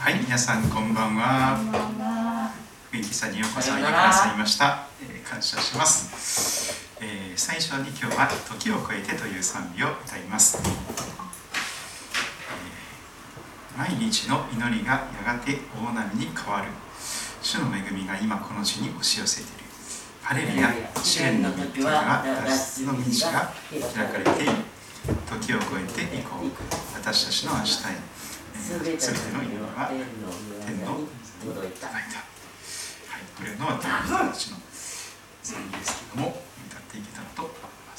はい、皆さんこんばんは。福井さんにようこそおいでくださいました。感謝します。最初に今日は「時を超えて」という賛美を歌います。毎日の祈りがやがて大波に変わる。主の恵みが今この地に押し寄せている。ハレルヤ、試練の道は脱出の道が開かれている。時を超えていこう。私たちの明日へ。すべての祈りは天の届いた。はい、これの私たちの賛美ですけども、歌っていけたらと思います。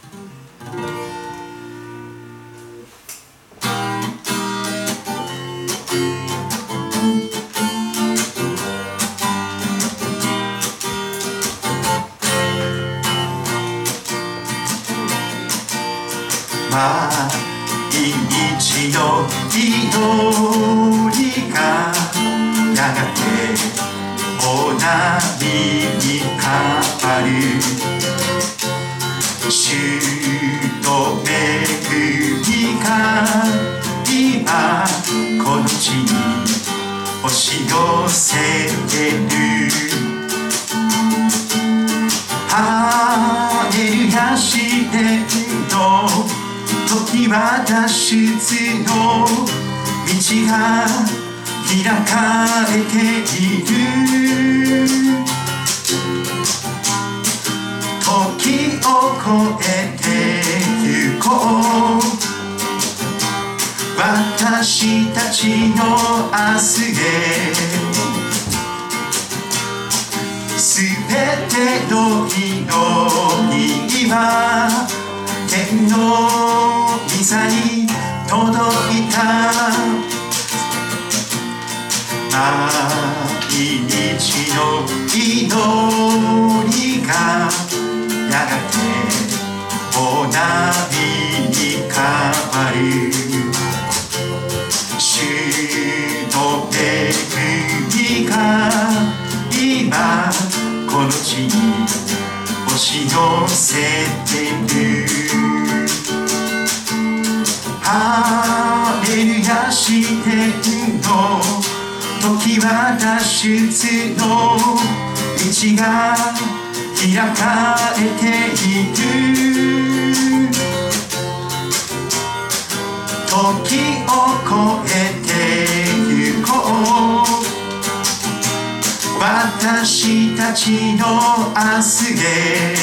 毎日の祈りがやがて大波に変わる。主の恵みが今この地に押し寄せてる。ハレルヤ試練の時は脱出の道が開かれている。時を超えてゆこう。私たちの明日へ。すべての祈りは天の御座に届いた。毎日の祈りがやがて大波に変わる。主の恵みが今この地に押し寄せてる。ハレルヤ試練の時は脱出の道が開かれている。時を超えてゆこう。私たちの明日へ。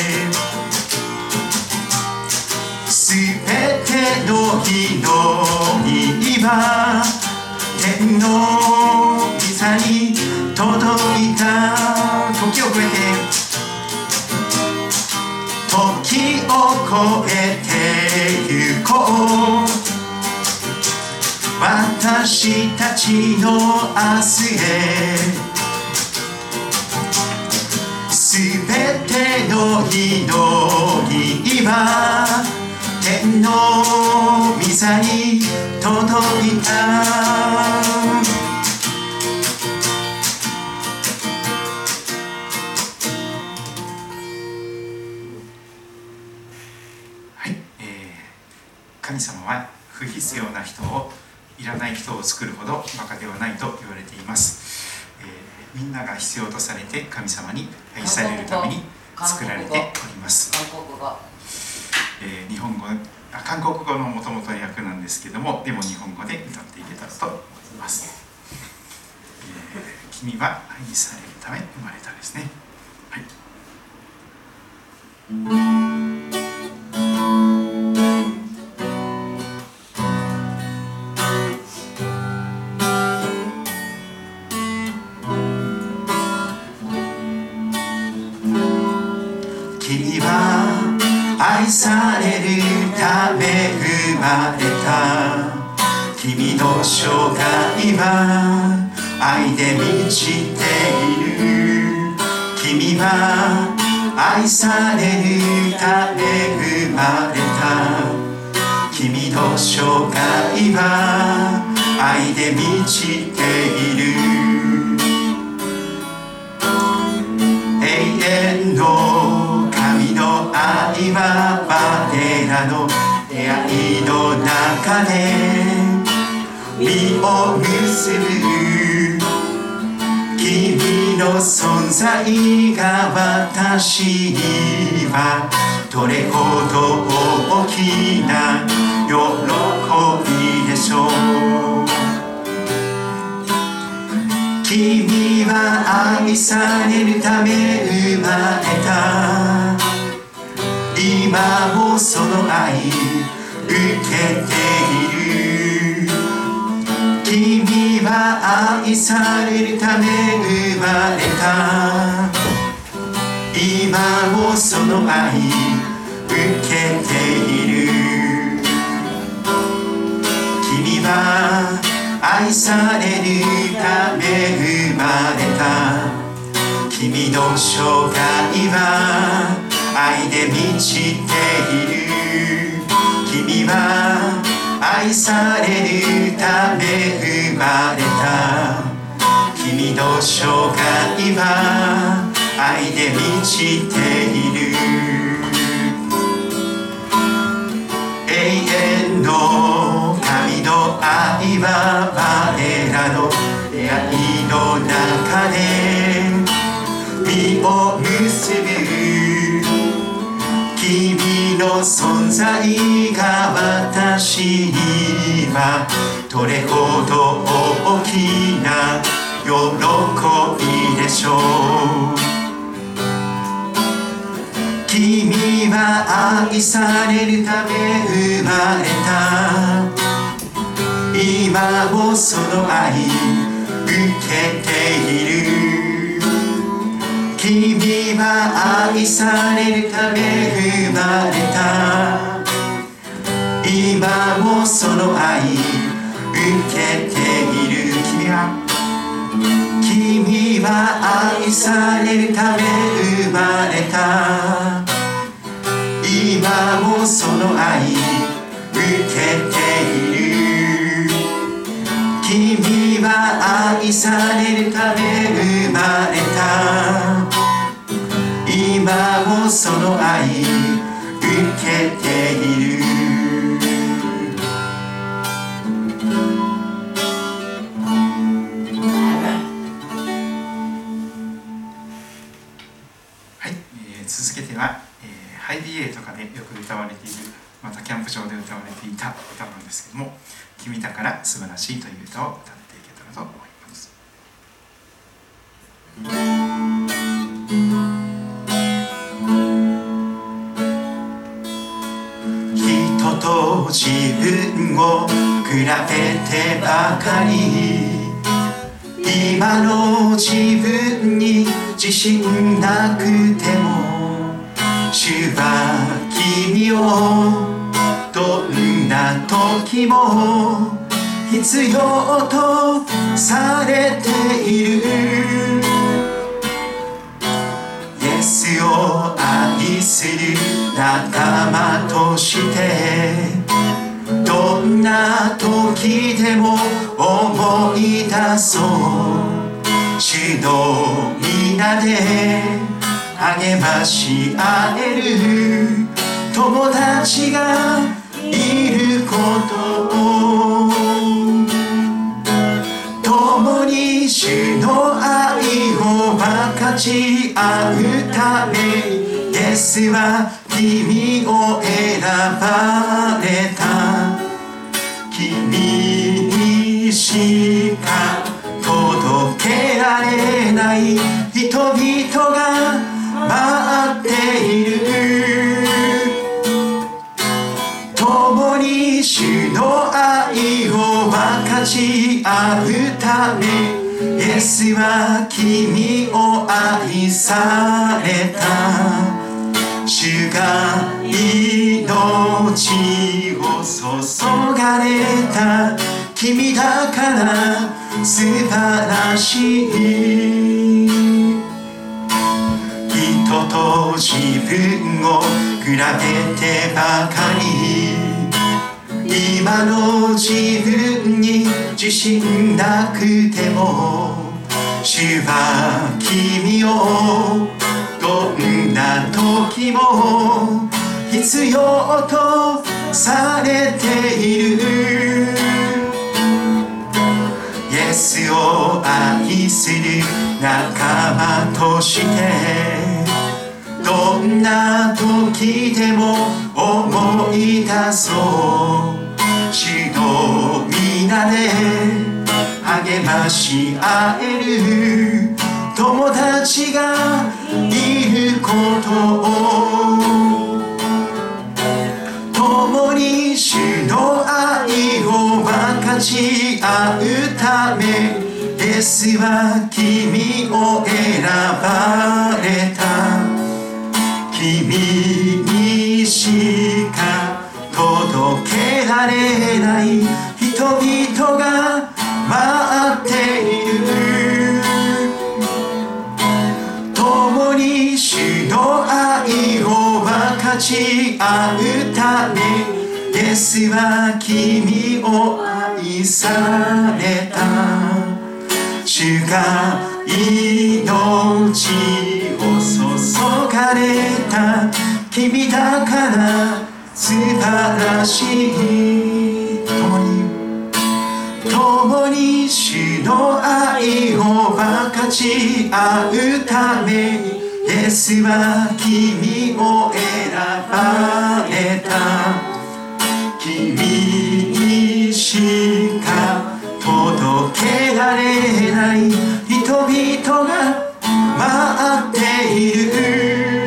すべての祈りは天の御座に届いた。時を超えて時を超えてゆこう。私たちの明日へ。すべての祈りは天の御座に届いた。はい、神様は不必要な人を、いらない人を作るほどバカではないと言われています。みんなが必要とされて神様に愛されるために作られております。韓国語のもともとの訳なんですけども、でも日本語で歌っていけたらと思います。君は愛されるため生まれたですね。はい。君は愛されるため生まれた。君の生涯は愛で満ちている。君は愛されるため生まれた。君の生涯は愛で満ちている。永遠の神の愛は我らの出会いの中で実を結結ぶ君の存在が私にはどれほど大きな喜びでしょう。君は愛されるため生まれた。今もその愛受けている。君は愛されるため生まれた。今もその愛受けている。君は愛されるため生まれた。君の生涯は愛で満ちている。君は愛されるため生まれた。君の生涯は愛で満ちている。永遠の神の愛は我らの出会いの中で実を結ぶ。君の存在が私にはどれほど大きな喜びでしょう。君は愛されるため生まれた。今もその愛受けている。君は愛されるため生まれた。今もその愛受けている。君は愛されるため生まれた。今もその愛受けている。君は愛されるため生まれた。今もその愛受けている。はい、続けては、ハイビエとかでよく歌われている、またキャンプ場で歌われていた歌なんですけども、君だから素晴らしいという歌を歌っていけたらと思います。人と自分を比べてばかり、今の自分に自信なくても、主は君をどんな時も必要とされている。イエスを愛する仲間としてどんな時でも思い出そう。主の皆で励まし合える友達がいることを、共に主の愛を分かち合うため、イエスは君を選ばれた。君にしか届けられない人々が待っている。共に主の愛を分かち合うため、イエスは君を愛された。主が命を注がれた。君だから素晴らしい。人と自分を比べてばかり、今の自分に自信なくても、主は君をどんな時も必要とされている。イエイエスを愛する仲間としてどんな時でも思い出そう主の皆で励まし合える友達がいることを共に主の愛を分かち合うためイエスは君を選ばれた君にしか届けられない人々が待っている共に主の愛を分かち合うためイエスは君を愛された主が命を注がれた君だから素晴らしい共に主の愛を分かち合うためにイエスは君を選ばれた君にしか届けられない人々が待っている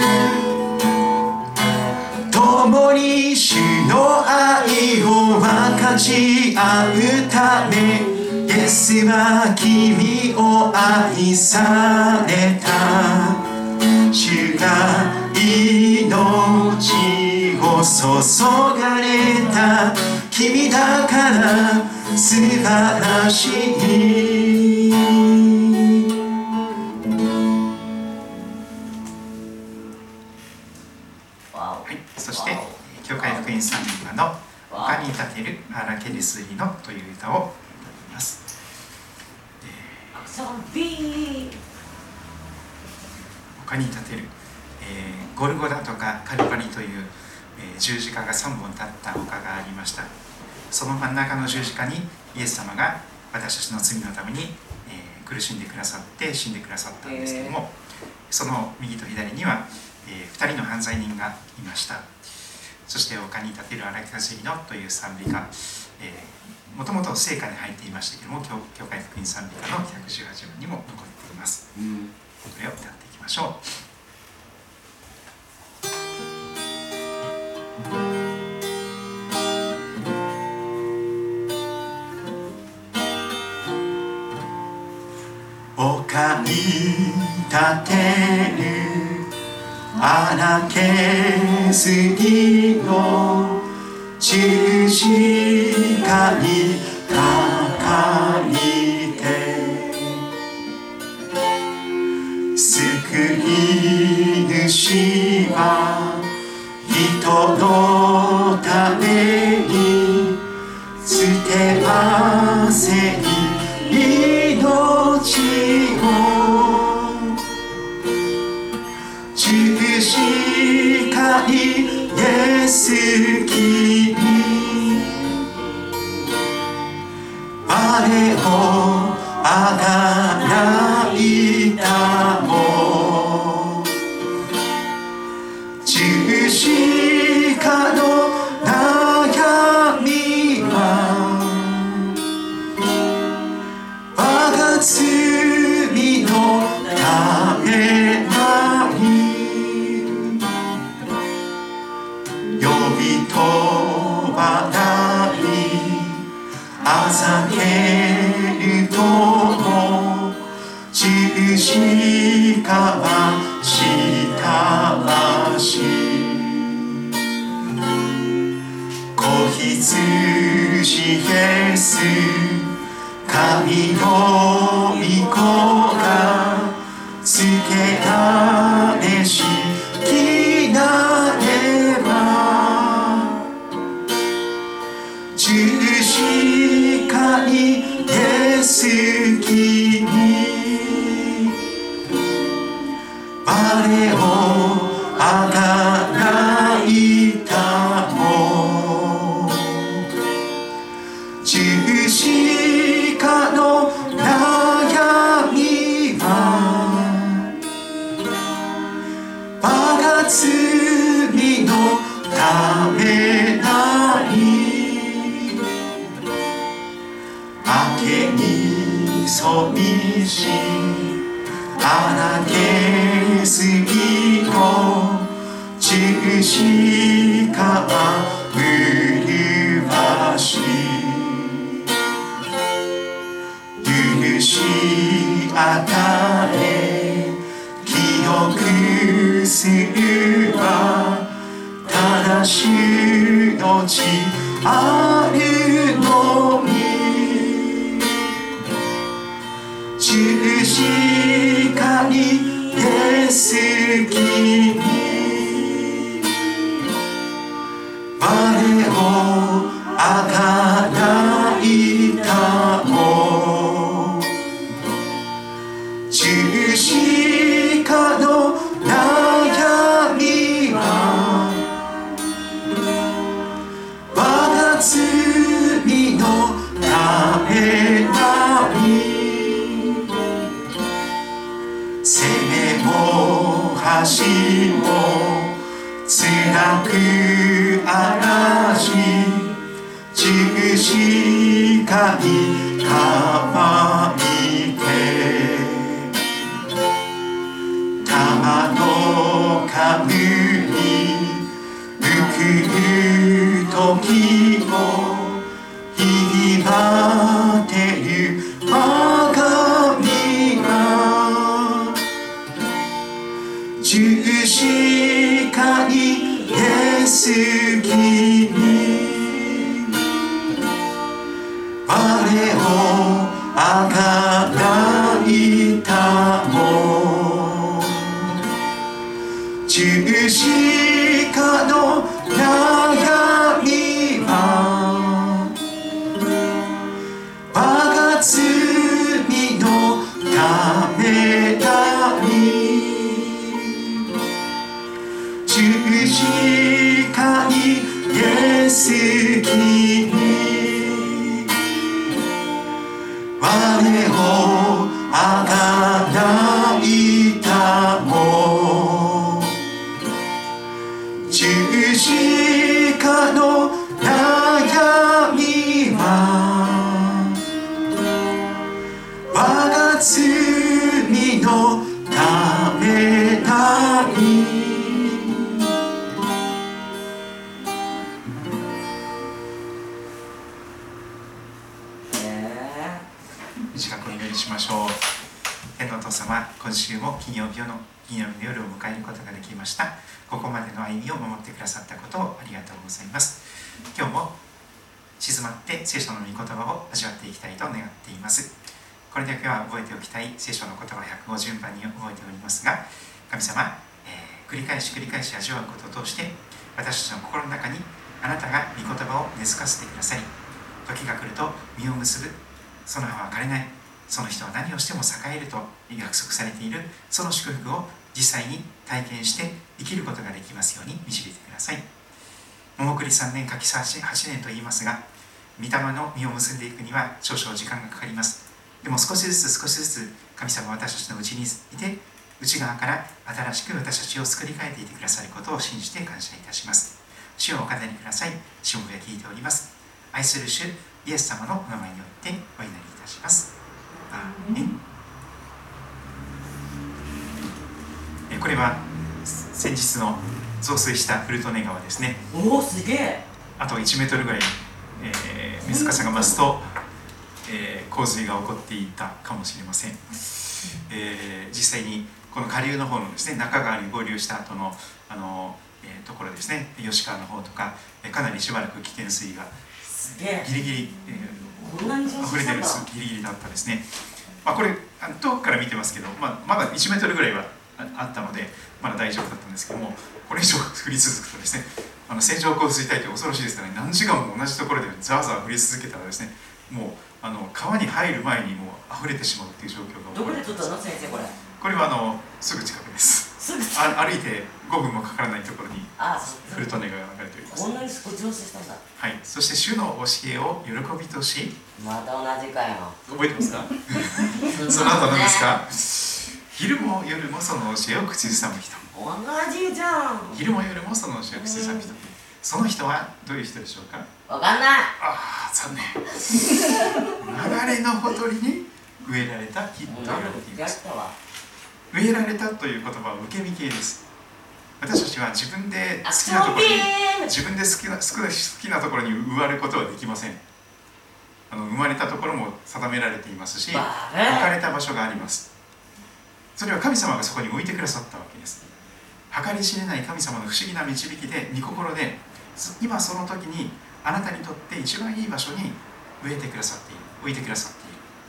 共に主の愛を分かち合うためイエスは君を愛された主が命を注がれた君だから素晴らしいはい、そして教会福音賛美歌の他に立てる荒けりすぎのという歌を歌います。他に立てる、ゴルゴダとかカルバリという、十字架が3本立った丘がありました。その真ん中の十字架にイエス様が私たちの罪のために、苦しんでくださって死んでくださったんですけども、その右と左には、2人の犯罪人がいました。そして丘に立てる荒けりすぎのという賛美歌、もともと聖歌に入っていましたけども教会福音賛美歌の118番にも残っています、これを歌っていきましょう。丘に立てる荒けすぎの十字架にかかりて救い主は人のために捨てませに命を十字架にイエス君我をあがないたも十字架の悩みは我が罪のためなり呼び飛ばないあざけるとも十字架はしたし子羊イエス神の御子がつけられしきなれば十字架にイエス君我をあがないたも十字架のそみしあなけすぎの十字架麗し許し与え記憶するは正しい命あるのに十字架にイエス君我をあがないたも十字架の悩みは我が罪のためなり攻めも橋も辛くあらし十字架に乾いて玉の神に報う時をひぎばってる我が身が十字架にイエス君我をあがないたも十字架の悩みは我が罪のためなり十字架にイエス君我をあがないたも十字架の悩みは我が罪のためなり短くお祈りしましょう。天のお父様、今週も金曜日の夜を迎えることができました。ここまでの歩みを守ってくださったことをありがとうございます。今日も静まって聖書の御言葉を味わっていきたいと願っています。これだけは覚えておきたい聖書の言葉105順番に覚えておりますが、神様、繰り返し味わうことを通して私たちの心の中にあなたが御言葉を根付かせてくださり、時が来ると実を結ぶ、その葉は枯れない、その人は何をしても栄えると約束されているその祝福を実際に体験して生きることができますように導いてください。桃栗3年柿8年と言いますが、御霊の実を結んでいくには少々時間がかかります。でも少しずつ神様は私たちのうちにいて、内側から新しく私たちを作り変えていてくださることを信じて感謝いたします。主をお語りください。しもべは聞いております。愛する主イエス様のお名前によってお祈りいたします。アーメン。これは先日の増水したフルトネ川ですね。 おお、すげえ。 あと1メートルぐらい、水かさが増すと、洪水が起こっていたかもしれません。実際にこの下流の方のですね、中川に合流した後のところですね、吉川の方とか、かなりしばらく危険水がギリギリ、溢れてるギリギリだったですね。これ遠くから見てますけど、まだ1メートルぐらいはあったのでまだ大丈夫だったんですけども、これ以上降り続くとですね、線状降水帯って恐ろしいですからね、何時間も同じところでザーザー降り続けたらですね、もう川に入る前にもう溢れてしまうっていう状況が起こる。 どこで撮ったの先生これ？ これはすぐ近くです。歩いて5分もかからないところにフルトネが流れております。 こんなに少し増水したんだ。 はい。そして主の教えを喜びとし、 また同じかよ。 覚えてますか？その後何ですか？昼も夜もその教えを口ずさむ人。 同じじゃん。 昼も夜もその教えを口ずさむ人。その人はどういう人でしょうか？ わかんない。 残念。流れのほとりに植えられた木と言われています。 わ。 植えられたという言葉は受け身形です。私たちは自分で好きなところに、自分で好きなところに植わることはできません。生まれたところも定められていますし、置かれた場所があります。それは神様がそこに置いてくださったわけです。計り知れない神様の不思議な導きで、御心で今その時にあなたにとって一番いい場所に植えてくださっている、置いてくださって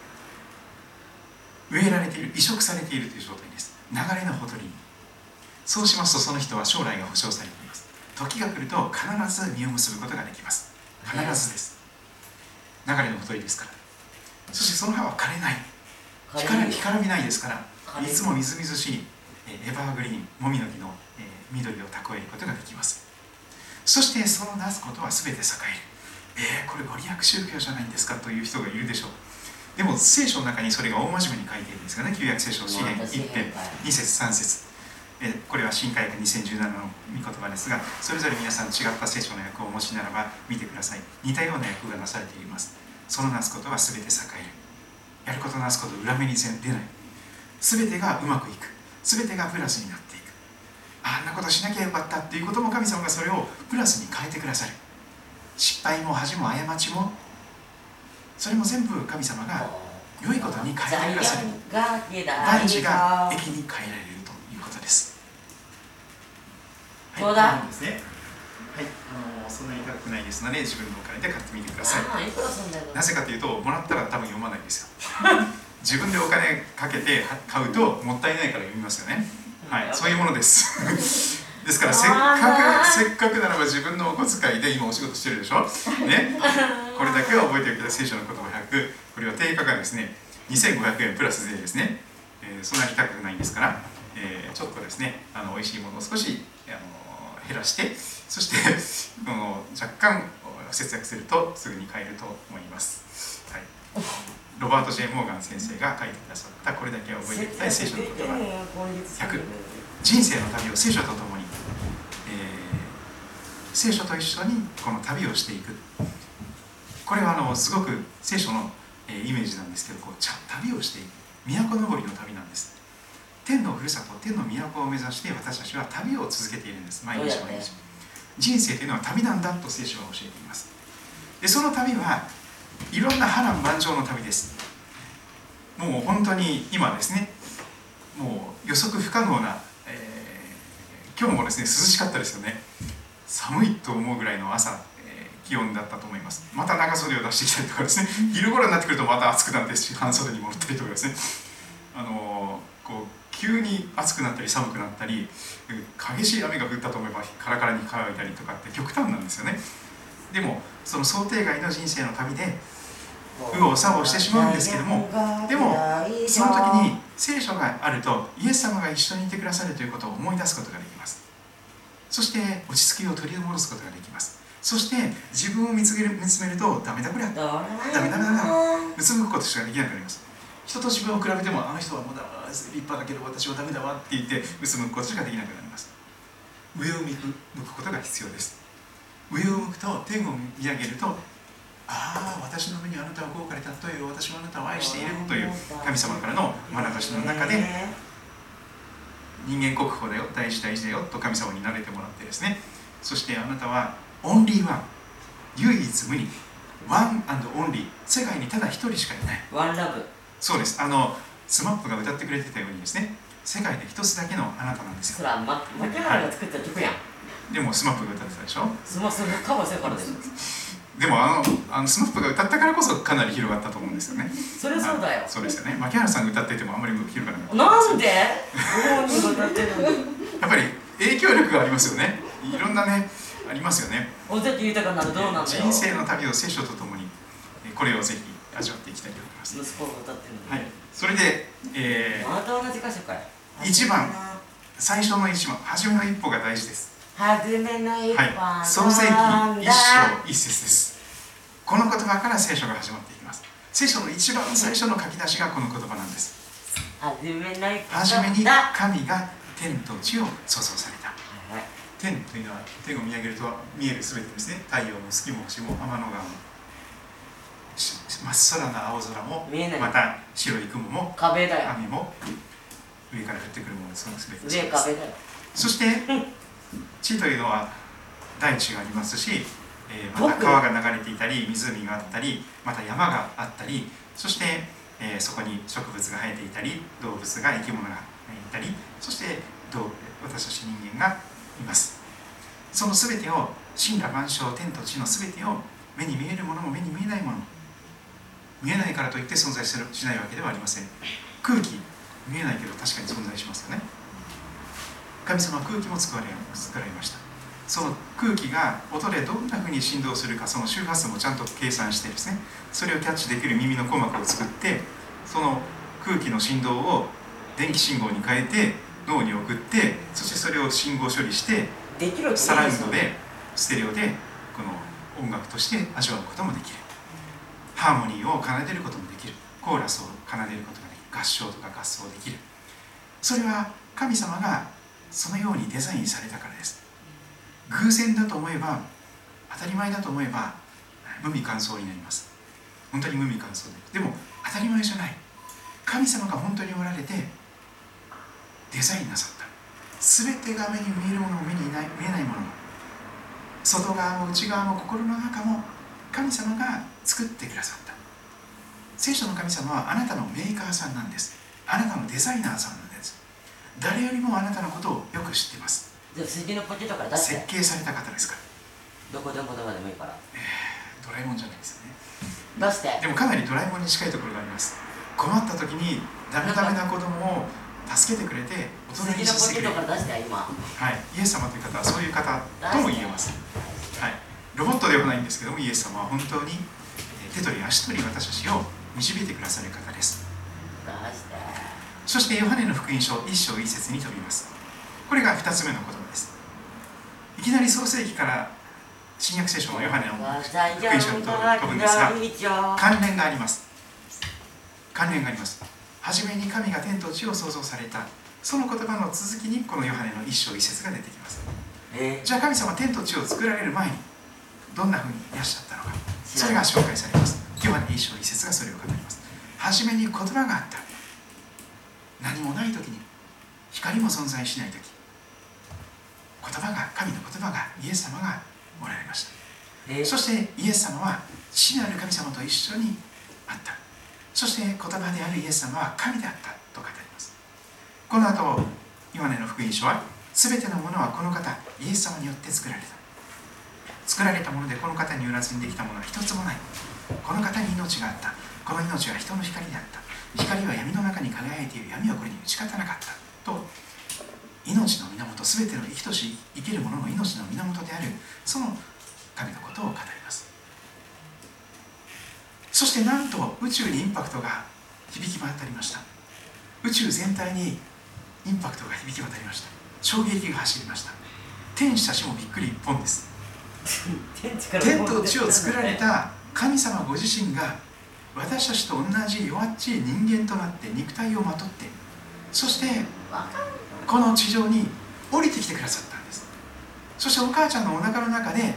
いる、植えられている、移植されているという状態です。流れのほとりに。そうしますとその人は将来が保証されています。時が来ると必ず実を結ぶことができます。必ずです。流れのほとりですから。そしてその葉は枯れない、干からびないですから、いつもみずみずしいエバーグリーン、もみの木の緑を蓄えることができます。そしてそのなすことは全て栄える。これご利益宗教じゃないんですかという人がいるでしょう。でも聖書の中にそれが大真面目に書いているんですがね、旧約聖書詩編1編2節3節、これは新海訳2017の御言葉ですが、それぞれ皆さん違った聖書の訳をお持ちならば見てください。似たような訳がなされています。そのなすことは全て栄える。やることなすこと裏目に出ない。全てがうまくいく。全てがプラスになっていく。あんなことしなきゃよかったっていうことも神様がそれをプラスに変えてくださる。失敗も恥も過ちも、それも全部神様が良いことに変えてくださる。万事が益に変えられるということです。 そうだ。 ですね。はい、そんなに高くないですので自分のお金で買ってみてください。なぜかというと、もらったら多分読まないですよ。自分でお金かけて買うともったいないから読みますよね。はい、そういうものです。ですからせっかくならば自分のお小遣いで今お仕事してるでしょ、ね、これだけは覚えておきたい。聖書の言葉100、これは定価がですね2500円プラス税ですね。そんなに高くないんですから、ちょっとですね美味しいものを少し減らして、そして若干節約するとすぐに買えると思います。はい、ロバート・J. モーガン先生が書いてくださったこれだけは覚えておきたい聖書の言葉100、人生の旅を聖書とともに、聖書と一緒にこの旅をしていく。これはすごく聖書のイメージなんですけど、旅をしていく都登りの旅なんです。天のふるさと、天の都を目指して私たちは旅を続けているんです。毎日毎日。人生というのは旅なんだと聖書は教えています。でその旅はいろんな波乱万丈の旅です。もう本当に今ですね、もう予測不可能な、今日もですね涼しかったですよね。寒いと思うぐらいの朝、気温だったと思います。また長袖を出してきたりとかですね、昼頃になってくるとまた暑くなって半袖に戻ったりとかですね、急に暑くなったり寒くなったり、激しい雨が降ったと思えばカラカラに乾いたりとかって極端なんですよね。でもその想定外の人生の旅で右往左往してしまうんですけども、でもその時に聖書があるとイエス様が一緒にいてくださるということを思い出すことができます。そして落ち着きを取り戻すことができます。そして自分を見つめるとダメだこりゃダメうつむくことしかできなくなります。人と自分を比べてもあの人はもう立派だけど私はダメだわって言ってうつむくことしかできなくなります。上を向くことが必要です。上を向くと天を見上げると、ああ私の目にあなたは高価で尊いよ、私はあなたを愛しているという神様からの眼差しの中で、人間国宝だよ、大事大事だよと神様に慣れてもらってですね、そしてあなたはオンリーワン、唯一無二、ワン&オンリー、世界にただ一人しかいない。 ワンラブ。 そうです。スマップが歌ってくれてたようにですね、世界で一つだけのあなたなんですよ。 それは牧原が作った曲やん。 でもスマップが歌ってたでしょ。 スマップカバーしてからですよ。 でもスマップが歌ったからこそかなり広がったと思うんですよね。 それそうだよ。 そうですよね。牧原さんが歌っててもあんまり広がらなかった。 なんで？ご本人が歌ってるのに。 やっぱり影響力がありますよね。いろんなねありますよね。 尾崎豊ならどうなんだよ。 人生の旅を聖書とともにこれをぜひ味わっていきたいと思います。 息子が歌ってるのに。 はい。それで、 また同じ歌詞かい。 1番、最初の1番、初めの一歩が大事です。 初めの一歩は創世記1章1節です。この言葉から聖書が始まっていきます。聖書の一番最初の書き出しがこの言葉なんです。初めに神が天と地を創造された。天というのは天を見上げると見えるすべてですね。太陽も月も星も天の川も真っ空な青空も見えないまた白い雲も壁だよ。 雨も上から降ってくるものその全て上壁だよ。 そして地というのは大地がありますし、また川が流れていたり湖があったりまた山があったりそして、そこに植物が生えていたり動物が生き物がいたりそして私たち人間がいます。その全てを神羅万象天と地の全てを目に見えるものも目に見えないものも見えないからといって存在しないわけではありません。空気見えないけど確かに存在しますよね。神様は空気も作られました。その空気が音でどんなふうに振動するかその周波数もちゃんと計算してですねそれをキャッチできる耳の鼓膜を作ってその空気の振動を電気信号に変えて脳に送ってそしてそれを信号処理してサラウンドでステレオでこの音楽として味わうこともできる。ハーモニーを奏でることもできる。コーラスを奏でることができる。合唱とか合奏できる。それは神様がそのようにデザインされたからです。偶然だと思えば当たり前だと思えば無味乾燥になります。本当に無味乾燥でも当たり前じゃない。神様が本当におられてデザインなさった。全てが目に見えるものも目に見えないものも外側も内側も心の中も神様が作ってくださった。聖書の神様はあなたのメーカーさんなんです。あなたのデザイナーさんなんです。誰よりもあなたのことをよく知っています。 じゃあ筋のポケットから出して設計された方ですから。 どこでもいいから、 ドラえもんじゃないですよね。 出してでもかなりドラえもんに近いところがあります。困った時にダメダメな子供を助けてくれて大人にさせてくれる。 筋のポケットから出して今はい、イエス様という方はそういう方とも言えます。はい、ロボットではないんですけどもイエス様は本当に手取り足取り私たちを導いてくださる方です。そしてヨハネの福音書1章1節に飛びます。これが2つ目の言葉です。いきなり創世記から新約聖書のヨハネの福音書に飛ぶんですが関連があります。関連があります。初めに神が天と地を創造されたその言葉の続きにこのヨハネの1章1節が出てきます。じゃあ神様は天と地を作られる前にどんなふうにいらっしゃったのかそれが紹介されます。ヨハネ1章1節がそれを語ります。初めに言葉があった。何もない時に光も存在しない時神の言葉がイエス様がおられました。そしてイエス様は父なる神様と一緒にあった。そして言葉であるイエス様は神であったと語ります。この後ヨハネの福音書は全てのものはこの方イエス様によって作られた。作られたものでこの方によらずにできたものは一つもない。この方に命があった。この命は人の光であった。光は闇の中に輝いている。闇はこれに打ち勝たなかったと命の源、全ての生きとし生けるものの命の源であるその神のことを語ります。そしてなんと宇宙にインパクトが響き渡りました。宇宙全体にインパクトが響き渡りました。衝撃が走りました。天使たちもびっくり一本です。天と地を作られた神様ご自身が私たちと同じ弱っちい人間となって肉体をまとってそしてこの地上に降りてきてくださったんです。そしてお母ちゃんのお腹の中で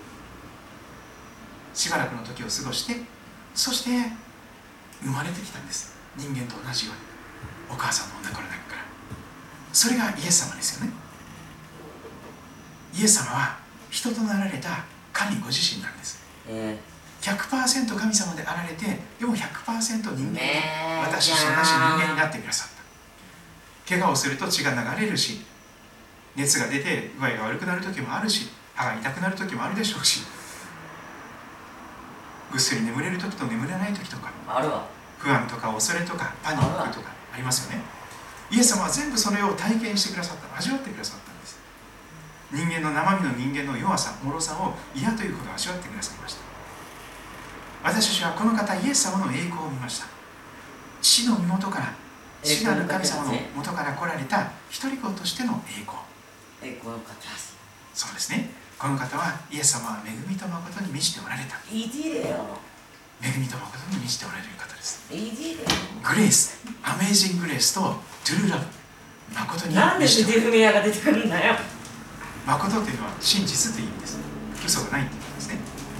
しばらくの時を過ごしてそして生まれてきたんです。人間と同じようにお母さんのお腹の中から。それがイエス様ですよね。イエス様は人となられた神ご自身なんです。100% 神様であられてでも 100% 人間で私たちと同じ人間になってくださった。怪我をすると血が流れるし熱が出て具合が悪くなる時もあるし歯が痛くなる時もあるでしょうしぐっすり眠れる時と眠れない時とか不安とか恐れとかパニックとかありますよね。イエス様は全部それを体験してくださった。味わってくださったんです。人間の生身の人間の弱さ脆さを嫌というほど味わってくださいました。私たちはこの方イエス様の栄光を見ました。父の身元から父なる神様の元から来られた一人子としての栄光。そうですね。この方はイエス様は恵みと誠に満ちておられた。恵みと誠に満ちておられる方です。グレース、アメージンググレースとトゥルーラブ、誠になんでジェフメアが出てくるんだよ。 誠というのは真実という意味です。嘘がないという意味ですね。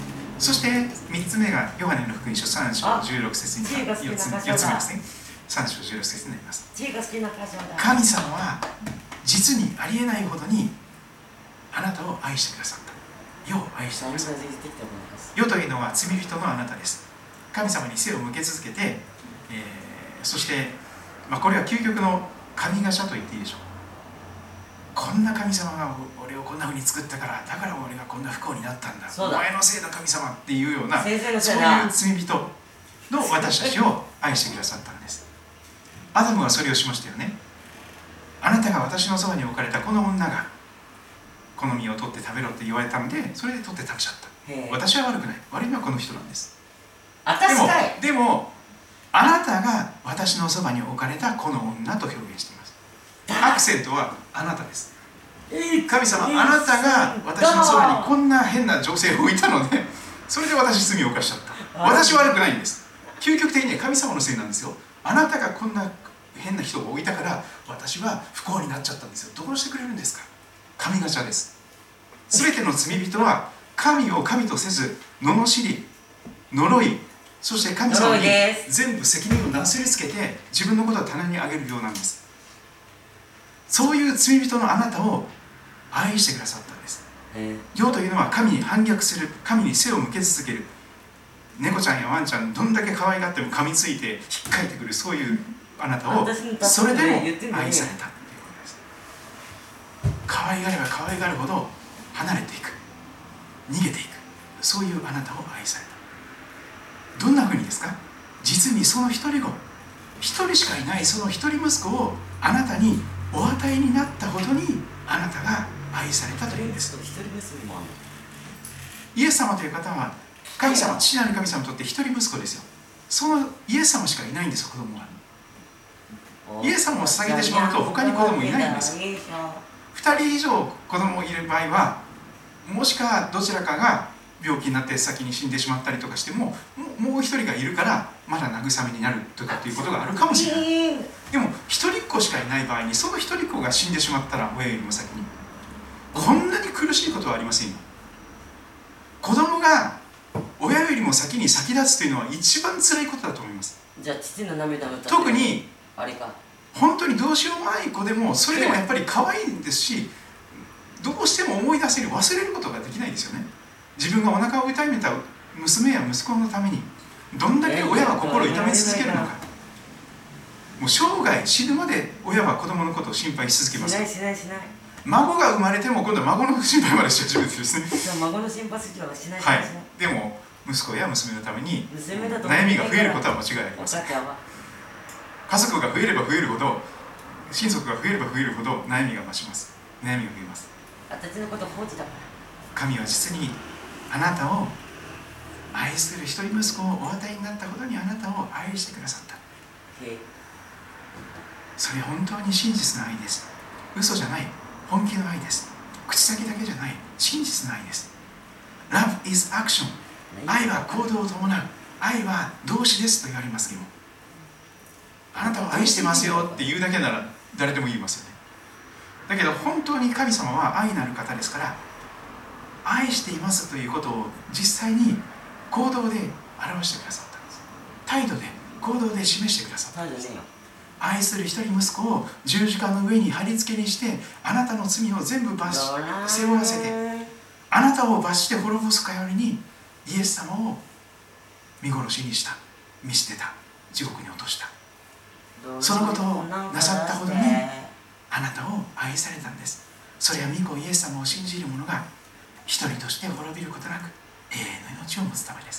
そして3つ目がヨハネの福音書3章16節に4つ目ですね。3章16節になります。神様は実にありえないほどにあなたを愛してくださった。世を愛してくださった。世というのは罪人のあなたです。神様に背を向け続けて、そして、これは究極の神がしゃと言っていいでしょう。こんな神様が俺をこんな風に作ったから、だから俺がこんな不幸になったんだ、お前のせいだ神様っていうような、そういう罪人の私たちを愛してくださったんです。アダムはそれをしましたよね。あなたが私のそばに置かれたこの女がこの実を取って食べろって言われたので、それで取って食べちゃった。私は悪くない。悪いのはこの人なんです。でもあなたが私のそばに置かれたこの女と表現しています。アクセントはあなたです。神様、あなたが私のそばにこんな変な女性を置いたので、それで私罪を犯しちゃった。私は悪くないんです。究極的には神様のせいなんですよ。あなたがこんな変な人を置いたから私は不幸になっちゃったんですよ。どうしてくれるんですか。神ガチャです。すべての罪人は神を神とせず罵り、呪い、そして神様に全部責任をなすりつけて自分のことを棚に上げるようなんです。そういう罪人のあなたを愛してくださったんです。世というのは神に反逆する、神に背を向け続ける、猫ちゃんやワンちゃんどんだけ可愛がっても噛みついて引っかいてくる、そういうあなたをそれでも愛されたということです。可愛がれば可愛がるほど離れていく、逃げていく、そういうあなたを愛された。どんなふうにですか。実にその一人子、一人しかいないその一人息子をあなたにお与えになったほどにあなたが愛されたというんです。イエス様という方は神様、父なる神様にとって一人息子ですよ。そのイエス様しかいないんです、子供が。イエス様を捧げてしまうと他に子供いないんです。2人以上子供がいる場合は、もしかどちらかが病気になって先に死んでしまったりとかしても、もう一人がいるからまだ慰めになるとかっていうことがあるかもしれない。でも一人っ子しかいない場合に、その一人っ子が死んでしまったら親よりも先に、こんなに苦しいことはありませんよ。子供が親よりも先に先立つというのは一番辛いことだと思います。 じゃあ父の涙を歌って、 特にあれか、 本当にどうしようもない子でもそれでもやっぱり可愛いんですし、どうしても思い出せる、忘れることができないですよね。自分がお腹を痛めた娘や息子のためにどんだけ親は心を痛め続けるのか。もう生涯死ぬまで親は子供のことを心配し続けます。 しない。 孫が生まれても今度は孫の心配までし始めてですね。 孫の心配するはしない。 はい。でも息子や娘のために悩みが増えることは間違いありません。家族が増えれば増えるほど、親族が増えれば増えるほど悩みが増します。悩みが増えます。 私のこと放置だから。神は実にあなたを愛する一人息子をお与えになったほどにあなたを愛してくださった。それは本当に真実の愛です。嘘じゃない、本気の愛です。口先だけじゃない、真実の愛です。 Love is action。 愛は行動を伴う。愛は動詞ですと言われますけど、あなたを愛してますよって言うだけなら誰でも言いますよね。だけど本当に神様は愛なる方ですから、愛していますということを実際に行動で表してくださったんです。態度で、行動で示してくださったんです。愛する一人息子を十字架の上に貼り付けにして、あなたの罪を全部背負わせて、あなたを罰して滅ぼすかよりにイエス様を見殺しにした、見捨てた、地獄に落とした。そのことをなさったほどにあなたを愛されたんです。それは御子イエス様を信じる者が一人として滅びることなく永遠の命を持つためです。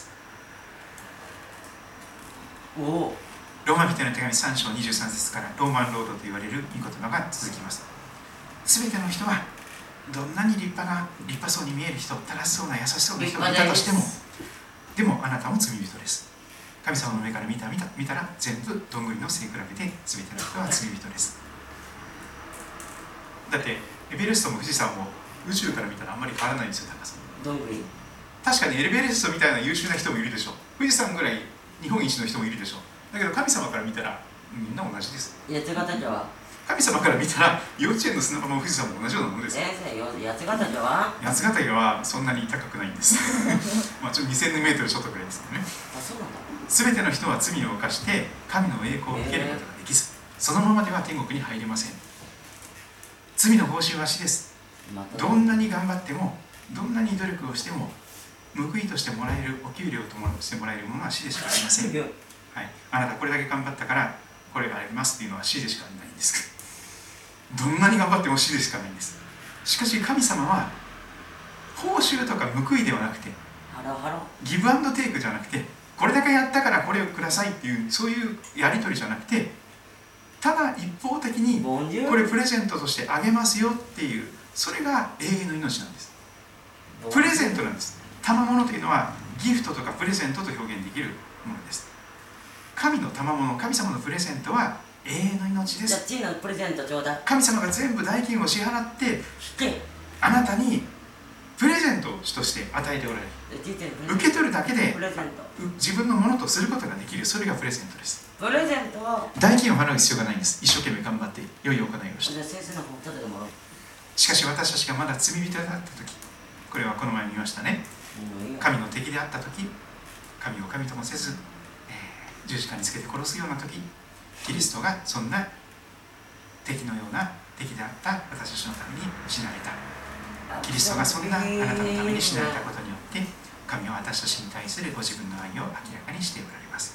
ローマ人への手紙3章23節からローマンロードと言われる御言葉が続きます。すべての人はどんなに立派そうに見える人、正しそうな優しそうな人がいたとしても、でもあなたも罪人です。神様の目から見たら全部どんぐりの背比べで全ての人は罪人です。だってエベレストも富士山も宇宙から見たらあんまり変わらないんですよ、高さ。 どんぐり。 確かにエベレストみたいな優秀な人もいるでしょう。富士山ぐらい日本一の人もいるでしょう。だけど神様から見たらみんな同じです。 八ヶ岳は神様から見たら幼稚園の砂浜も富士山も同じようなものですよ。 先生、八ヶ岳は八ヶ岳はそんなに高くないんですまあちょっと2000メートルちょっとぐらいですけどね。 あ、そうなんだ。 全ての人は罪を犯して神の栄光を受けることができず、そのままでは天国に入れません。罪の報酬は死です。どんなに頑張っても、どんなに努力をしても、報いとしてもらえる、お給料としてもらえるものは死でしかありません、はい、あなたこれだけ頑張ったからこれがありますっていうのは死でしかないんですどんなに頑張っても死でしかないんです。しかし神様は報酬とか報いではなくて、ギブアンドテイクじゃなくて、これだけやったからこれをくださいっていう、そういうやり取りじゃなくて、ただ一方的にこれプレゼントとしてあげますよっていう、それが永遠の命なんです。プレゼントなんです。賜物というのはギフトとかプレゼントと表現できるものです。神の賜物、神様のプレゼントは永遠の命です。 じゃあ、プレゼントちょうだい。 神様が全部代金を支払ってあなたにプレゼントとして与えておられる。受け取るだけで自分のものとすることができる、それがプレゼントです。 プレゼントは代金を払う必要がないんです。一生懸命頑張って良い行いをして。しかし私たちがまだ罪人だった時、これはこの前見ましたね。神の敵であった時、神を神ともせず、十字架につけて殺すような時、キリストがそんな敵のような敵であった私たちのために死なれた。キリストがそんなあなたのために死なれたことによって、神は私たちに対するご自分の愛を明らかにしておられます。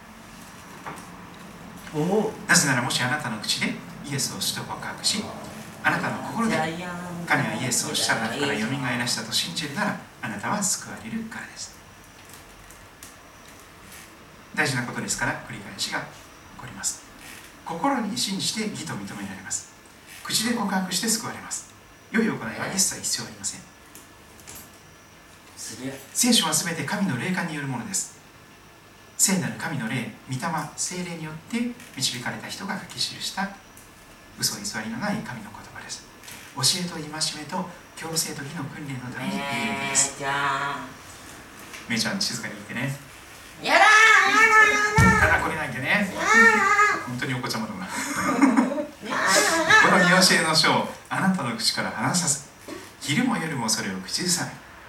なぜなら、もしあなたの口でイエスを主と告白し、あなたの心で神はイエスを死者の中からよみがえらしたと信じるなら、あなたは救われるからです。大事なことですから、繰り返しが起こります。心に信じて義と認められます。口で告白して救われます。良い行いは一切必要ありません。聖書はすべて神の霊感によるものです。聖なる神の霊、御霊、聖霊によって導かれた人が書き記した嘘偽りのない神の言葉です。教えと戒めと強制と義の訓練のために言えるのです。めいちゃん、静かに言ってね。 やだー、 ただこれないでね。本当にお子ちゃまだなこの見教えの書をあなたの口から離さず、昼も夜もそれを口ずさめ、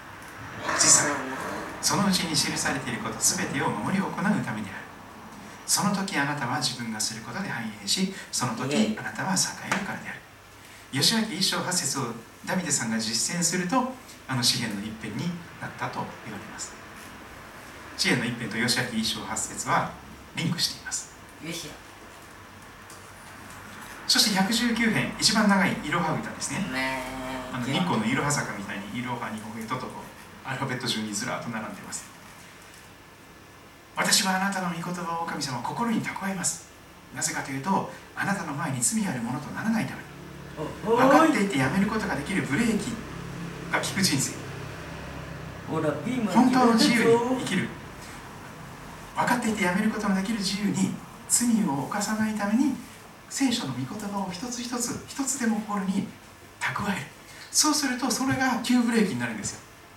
そのうちに記されていることすべてを守り行うためである。その時あなたは自分がすることで繁栄し、その時あなたは栄えるからである。義明1章8節をダビデさんが実践すると、あの詩篇の一編になったと言われます。詩篇の一編と義明1章8節はリンクしています。そして119編、一番長いいろは歌ですね。日光のいろは坂みたいにいろはにほへととアルファベット順にずらっと並んでいます。私はあなたの御言葉を神様心に蓄えます。なぜかというと、あなたの前に罪あるものとならないために、分かっていてやめることができるブレーキが効く人生、本当の自由に生きる、分かっていてやめることのできる自由に、罪を犯さないために聖書の御言葉を一つ一つ一つでも心に蓄える。そうするとそれが急ブレーキになるんですよ。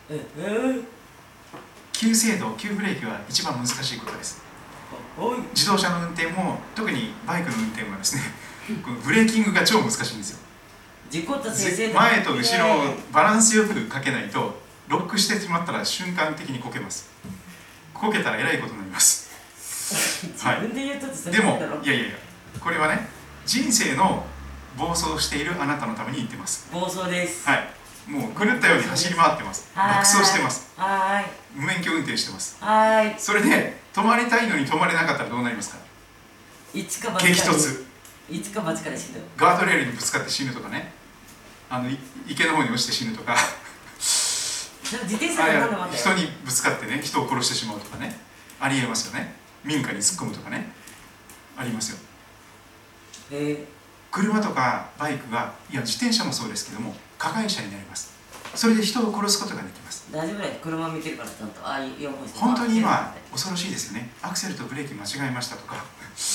急制動、急ブレーキは一番難しいことです。自動車の運転も、特にバイクの運転はですねブレーキングが超難しいんですよ。前と後ろをバランスよくかけないと、ロックしてしまったら瞬間的にこけます。こけたらえらいことになりますはい、でもいやこれはね、人生の暴走しているあなたのために言ってます。 暴走です。 はい、もう狂ったように走り回ってます。爆走してます。無免許運転してます。それで止まりたいのに止まれなかったらどうなりますか。激突、ガードレールにぶつかって死ぬとかね、池の方に落ちて死ぬとか人にぶつかってね、人を殺してしまうとかね、ありえますよね。民家に突っ込むとかね、ありますよ。車とかバイクが、いや自転車もそうですけども、加害者になります。それで人を殺すことができます。 大丈夫だよ、車見てるからちゃんと。 本当に今恐ろしいですよね。アクセルとブレーキ間違えましたとか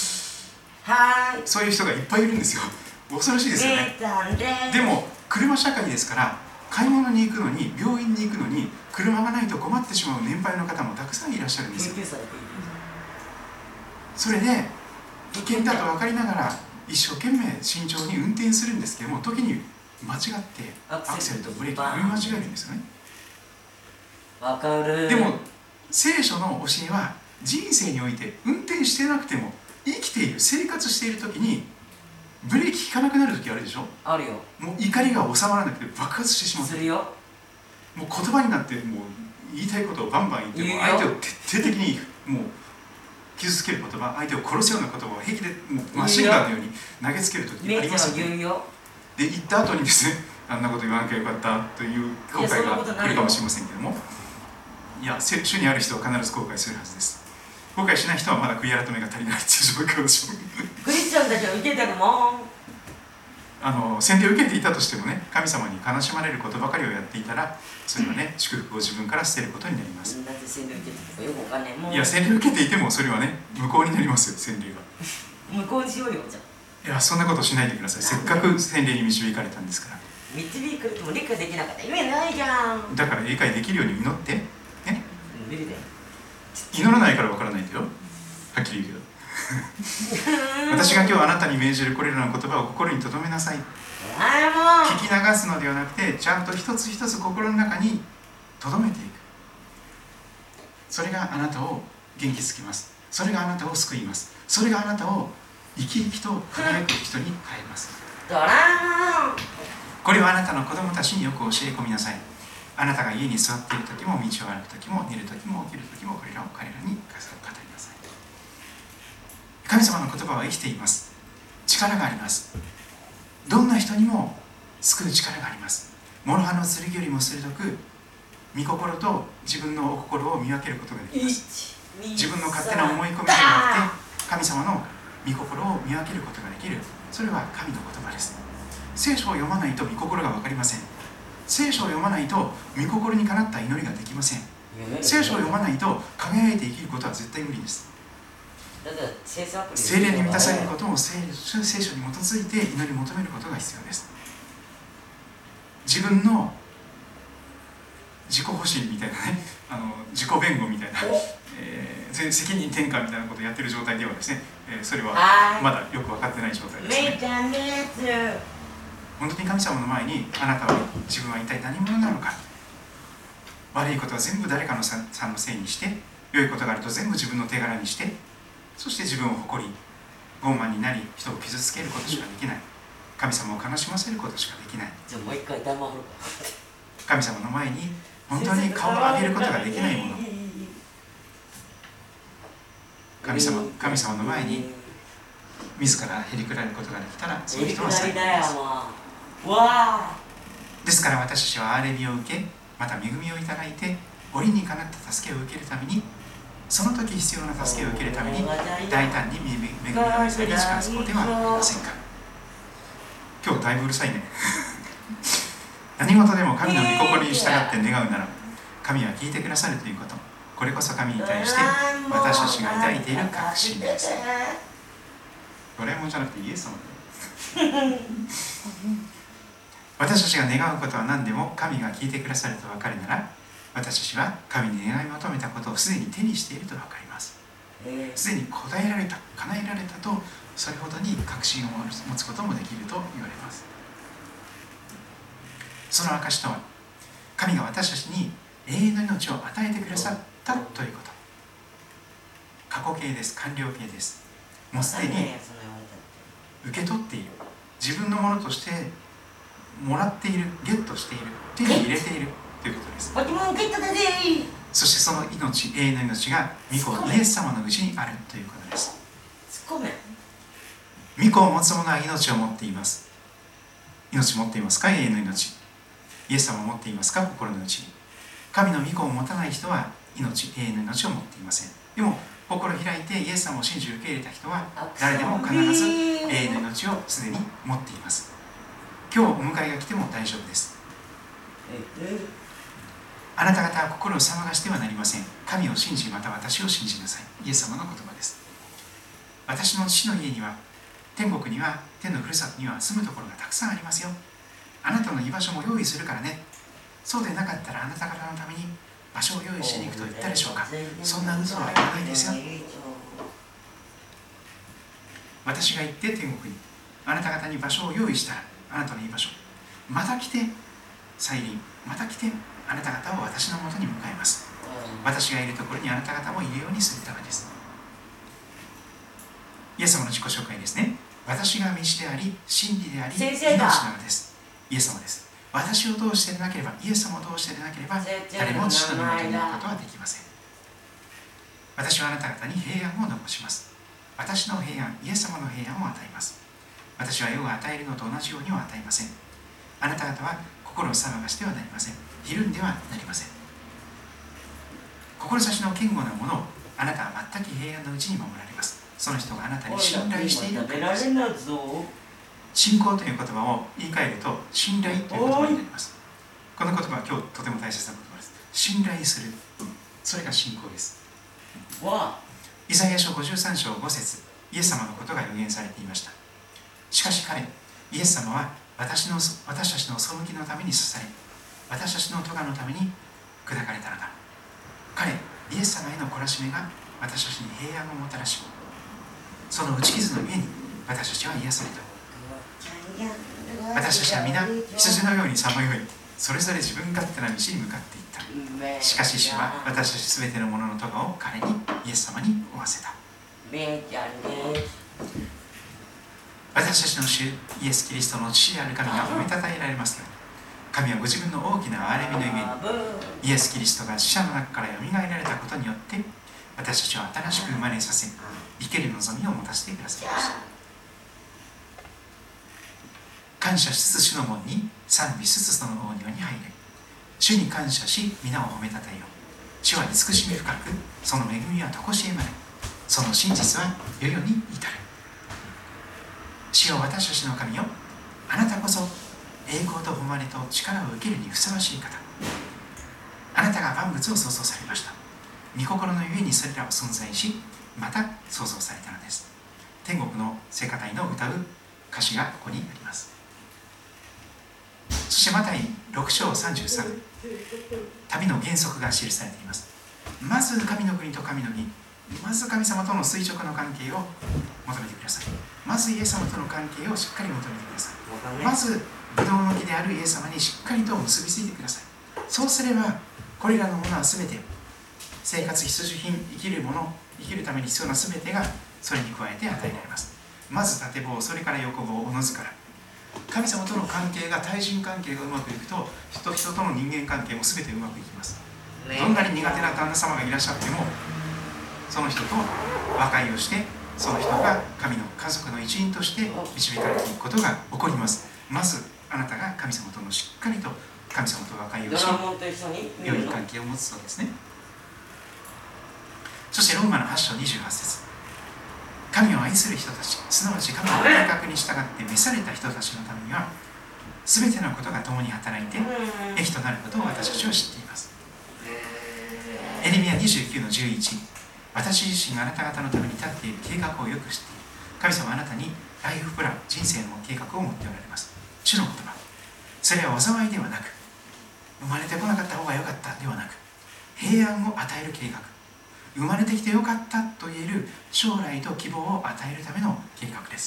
そういう人がいっぱいいるんですよ。恐ろしいですよね。でも車社会ですから、買い物に行くのに、病院に行くのに車がないと困ってしまう年配の方もたくさんいらっしゃるんですよ。それで危険だと分かりながら一生懸命慎重に運転するんですけども、時に間違ってアクセルとブレーキを踏み間違えるんですよね。 わかる。 でも聖書の教えは、人生において運転してなくても生きている、生活している時にブレーキ効かなくなる時あるでしょ。 あるよ。 もう怒りが収まらなくて爆発してしまう。 するよ。 もう言葉になって、もう言いたいことをバンバン言っても、相手を徹底的にもう傷つける言葉、相手を殺すような言葉を平気でもうマシンガンのように投げつける時ありますよね。で、言った後にですね、あんなこと言わなきゃよかったという後悔が来るかもしれませんけども、いや、主にある人は必ず後悔するはずです。後悔しない人はまだ悔い改めが足りないっていう状況でしょう。 クリスチャンたちは受けてるもん。 洗礼を受けていたとしてもね、神様に悲しまれることばかりをやっていたら、それはね、祝福を自分から捨てることになります。 だって洗礼受けてるかよくわかんないもん。 いや、洗礼を受けていてもそれはね、無効になりますよ、洗礼が。 無効にしようよ、じゃあ。 いや、そんなことしないでください。せっかく洗礼に導かれたんですから。 導くとも理解できなかったら意味ないじゃん。 だから理解できるように祈ってね。 無理だよ。 祈らないからわからないんだよ、はっきり言うけど。私が今日あなたに命じるこれらの言葉を心に留めなさい。聞き流すのではなくて、ちゃんと一つ一つ心の中に留めていく。それがあなたを元気づけます。それがあなたを救います。それがあなたを生き生きと輝く人に変えます。これをあなたの子供たちによく教え込みなさい。あなたが家に座っている時も、道を歩く時も、寝る時も、起きる時も、これらを彼らに語りなさい。神様の言葉は生きています。力があります。どんな人にも救う力があります。諸刃の剣よりも鋭く、御心と自分のお心を見分けることができます。自分の勝手な思い込みではなくて、神様の御心を見分けることができる。それは神の言葉です。聖書を読まないと御心が分かりません。聖書を読まないと御心にかなった祈りができません。聖書を読まないと輝いて生きることは絶対無理です。聖霊に満たされることも聖書に基づいて祈り求めることが必要です。自分の自己保身みたいなね、自己弁護みたいな、責任転嫁みたいなことをやっている状態ではですね、それはまだよく分かってない状態ですね。本当に神様の前に、あなたは自分は一体何者なのか、悪いことは全部誰かさんのせいにして、良いことがあると全部自分の手柄にして、そして自分を誇り傲慢になり、人を傷つけることしかできない。神様を悲しませることしかできない。 じゃあもう一回黙ろう。 神様の前に本当に顔を上げることができないもの、神様の前に自らへりくられることができたら、そういう人は幸いです。ですから私たちは憐れみを受け、また恵みをいただいて、折にかなった助けを受けるために、その時必要な助けを受けるために、大胆に恵みの御座に近づこうではありませんか。今日だいぶうるさいね。何事でも神の御心に従って願うなら、神は聞いてくださるということ、これこそ神に対して私たちが抱いている確信です。ドラえもんじゃなくてイエス様だよ。私たちが願うことは何でも神が聞いてくださると分かるなら、私たちは神に願い求めたことをすでに手にしていると分かります。すでに答えられた、叶えられたと、それほどに確信を持つこともできると言われます。その証とは、神が私たちに永遠の命を与えてくださったということ。過去形です。完了形です。もうすでに受け取っている、自分のものとしてもらっている、ゲットしている、手に入れているということです。そしてその命、永遠の命が御子イエス様のうちにあるということです。御子を持つ者は命を持っています。命を持っていますか？永遠の命。イエス様を持っていますか？心の内に。神の御子を持たない人は命、永遠の命を持っていません。でも心を開いてイエス様を信じ受け入れた人は、誰でも必ず永遠の命をすでに持っています。今日お迎えが来ても大丈夫です。あなた方は心を騒がしてはなりません。神を信じ、また私を信じなさい。イエス様の言葉です。私の父の家には、天国には、天のふるさとには住むところがたくさんありますよ。あなたの居場所も用意するからね。そうでなかったらあなた方のために場所を用意しに行くと言ったでしょうか。そんな嘘は言わないですよ。私が行って天国に、 あなた方に場所を用意したら、あなたの居場所、また来て再臨、また来てあなた方を私のもとに迎えます。私がいるところにあなた方もいるようにするためです。イエス様の自己紹介ですね。私が道であり、真理であり、命なのです。イエス様です。私を通してでなければ、イエス様を通してでなければ、誰も父のもとに行くことはできません。私はあなた方に平安を残します。私の平安、イエス様の平安を与えます。私は世が与えるのと同じようには与えません。あなた方は心を騒がしてはなりません。ひるんではなりません。志の堅固なものをあなたは全く平安のうちに守られます。その人があなたに信頼しているからです。信仰という言葉を言い換えると信頼という言葉になります。この言葉は今日とても大切な言葉です。信頼する、それが信仰です。イザヤ書53章5節、イエス様のことが予言されていました。しかし彼、イエス様は私たちの背きのために刺され、私たちの咎のために砕かれたのだ。彼、イエス様への懲らしめが私たちに平安をもたらし、その打ち傷の上に私たちは癒された。私たちは皆羊のようにさまよい、それぞれ自分勝手な道に向かっていった。しかし主は私たちすべてのものの咎を彼に、イエス様に負わせた。私たちの主イエス・キリストの父である神が褒めたたえられますように、神はご自分の大きな憐れみのゆえに、イエス・キリストが死者の中からよみがえられたことによって、私たちを新しく生まれさせ、生ける望みを持たせてくださいました。感謝しつつ主の門に、賛美しつつその大庭に入れ。主に感謝し、皆を褒めたたえよう。主は慈しみ深く、その恵みはとこしえまで、その真実は世々に至る。主よ、私たちの神よ、あなたこそ栄光と誉れと力を受けるにふさわしい方。あなたが万物を創造されました。御心のゆえにそれらを存在し、また創造されたのです。天国の聖歌隊の歌う歌詞がここにあります。そしてマタイ6章33、旅の原則が記されています。まず神の国と神の義、まず神様との垂直の関係を求めてください。まずイエス様との関係をしっかり求めてください。まずブドウの木であるイエス様にしっかりと結びついてください。そうすればこれらのものは全て生活必需品、生きるもの、生きるために必要な全てがそれに加えて与えられます。まず縦棒、それから横棒、おのずから。神様との関係が、対人関係がうまくいくと、人と人との人間関係も全てうまくいきます。どんなに苦手な旦那様がいらっしゃっても、その人と和解をして、その人が神の家族の一員として導かれていくことが起こります。まずあなたが神様とのしっかりと神様と和解をし、良い関係を持つそうですね。そしてローマの8章28節、神を愛する人たち、すなわち神の計画に従って召された人たちのためには、すべてのことが共に働いて益となることを私たちは知っています。エレミヤ29の11、私自身があなた方のために立っている計画をよく知っている。神様はあなたにライフプラン、人生の計画を持っておられます。主の言葉、それは災いではなく、生まれてこなかった方が良かったではなく、平安を与える計画、生まれてきてよかったと言える将来と希望を与えるための計画です。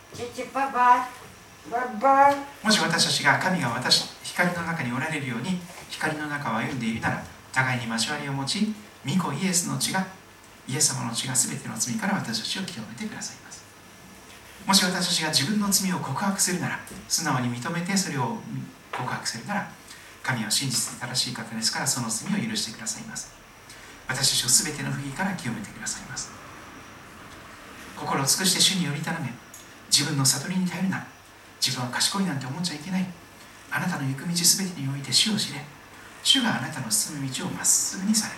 もし私たちが神が光の中におられるように光の中を歩んでいるなら、互いに交わりを持ち、御子イエス様の血が全ての罪から私たちを清めてくださいます。もし私たちが自分の罪を告白するなら、素直に認めてそれを告白するなら、神は真実で正しい方ですから、その罪を許してくださいます。私たちをすべての不義から清めてくださいます。心を尽くして主により頼め。自分の悟りに頼るな。自分は賢いなんて思っちゃいけない。あなたの行く道すべてにおいて主を知れ。主があなたの進む道をまっすぐにされる。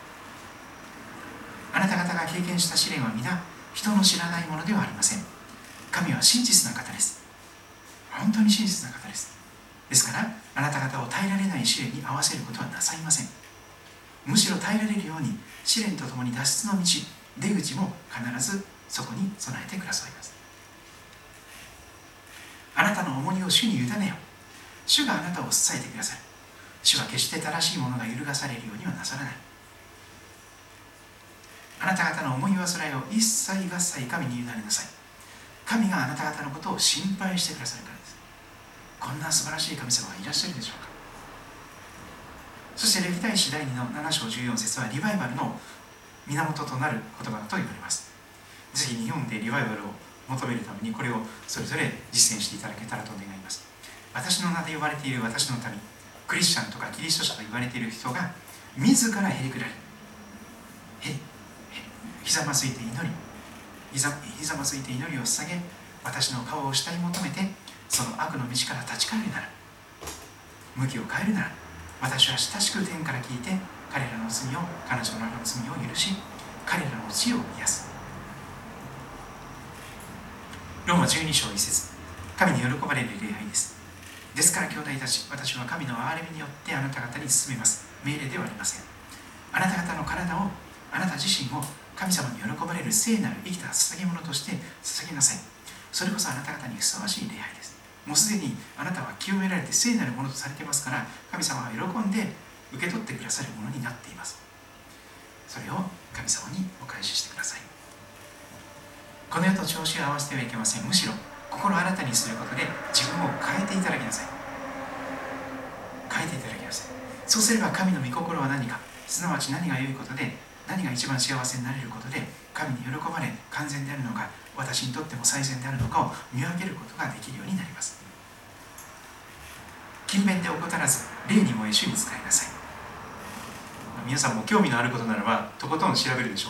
あなた方が経験した試練は皆人の知らないものではありません。神は真実な方です。本当に真実な方です。ですからあなた方を耐えられない試練に合わせることはなさいません。むしろ耐えられるように試練とともに脱出の道、出口も必ずそこに備えてくださいます。あなたの重荷を主に委ねよ。主があなたを支えてくださる。主は決して正しいものが揺るがされるようにはなさらない。あなた方の重い煩いを一切合切神に委ねなさい。 神があなた方のことを心配してくださるからです。こんな素晴らしい神様がいらっしゃるでしょうか。そして歴代史第2の7章14節はリバイバルの源となる言葉だと言われます。ぜひ日本でリバイバルを求めるためにこれをそれぞれ実践していただけたらと願います。私の名で呼ばれている私の民、クリスチャンとかキリスト者と言われている人が自らへりくらりひざまずいて祈り、ひざまずいて祈りを捧げ、私の顔を下に求めてその悪の道から立ち返るなら、向きを変えるなら、私は親しく天から聞いて彼らの罪を、彼女らの罪を許し、彼らの地を癒す。ローマ12章1節、神に喜ばれる礼拝です。ですから兄弟たち、私は神の憐れみによってあなた方に進めます。命令ではありません。あなた方の体を、あなた自身を神様に喜ばれる聖なる生きた捧げ物として捧げなさい。それこそあなた方にふさわしい礼拝です。もうすでにあなたは清められて聖なるものとされていますから、神様は喜んで受け取ってくださるものになっています。それを神様にお返ししてください。この世と調子を合わせてはいけません。むしろ心を新たにすることで自分を変えていただきなさい。変えていただきなさい。そうすれば神の御心は何か、すなわち何が良いことで、何が一番幸せになれることで神に喜ばれ完全であるのか、私にとっても最善であるのかを見分けることができるようになります。勤勉で怠らず、霊に燃え主に使いなさい。皆さんも興味のあることならばとことん調べるでしょう。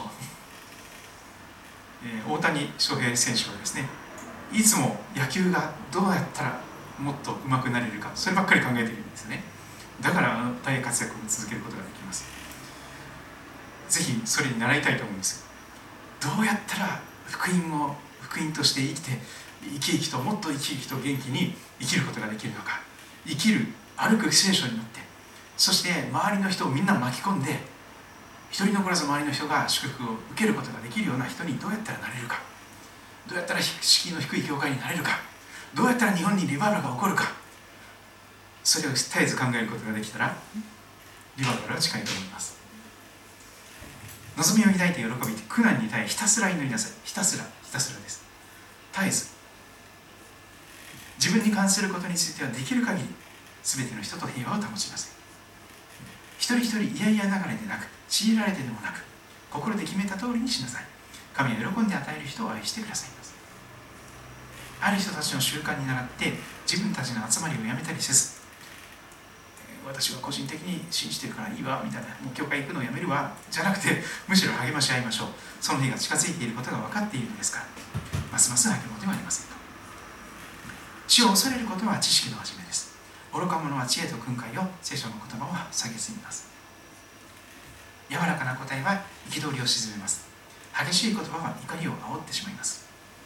大谷翔平選手はですね、いつも野球がどうやったらもっと上手くなれるか、そればっかり考えているんですよね。だから大活躍を続けることができます。ぜひそれに習いたいと思うんです。どうやったら福音として生き生きと、もっと生き生きと元気に生きることができるのか、歩く聖書によって、そして周りの人をみんな巻き込んで、一人残らず周りの人が祝福を受けることができるような人にどうやったらなれるか、どうやったら敷居の低い教会になれるか、どうやったら日本にリバイバルが起こるか、それを絶えず考えることができたらリバイバルは近いと思います。望みを抱いて喜び、苦難に耐えひたすら祈りなさい。ひたすらです。絶えず自分に関することについてはできる限り全ての人と平和を保ちなさい。一人一人嫌々ながらでなく、強いられてでもなく、心で決めた通りにしなさい。神は喜んで与える人を愛してくださいます。ある人たちの習慣に倣って自分たちの集まりをやめたりせず、私は個人的に信じてるからいいわみたいな、もう教会行くのをやめるわじゃなくて、むしろ励まし合いましょう。その日が近づいていることが分かっているのですから、ますます励もうではありませんか。主を恐れることは知識の始めです。愚か者は知恵と訓戒を、聖書の言葉を下げすぎます。柔らかな答えは憤りを鎮めます。激しい言葉は怒りを煽ってしまいます。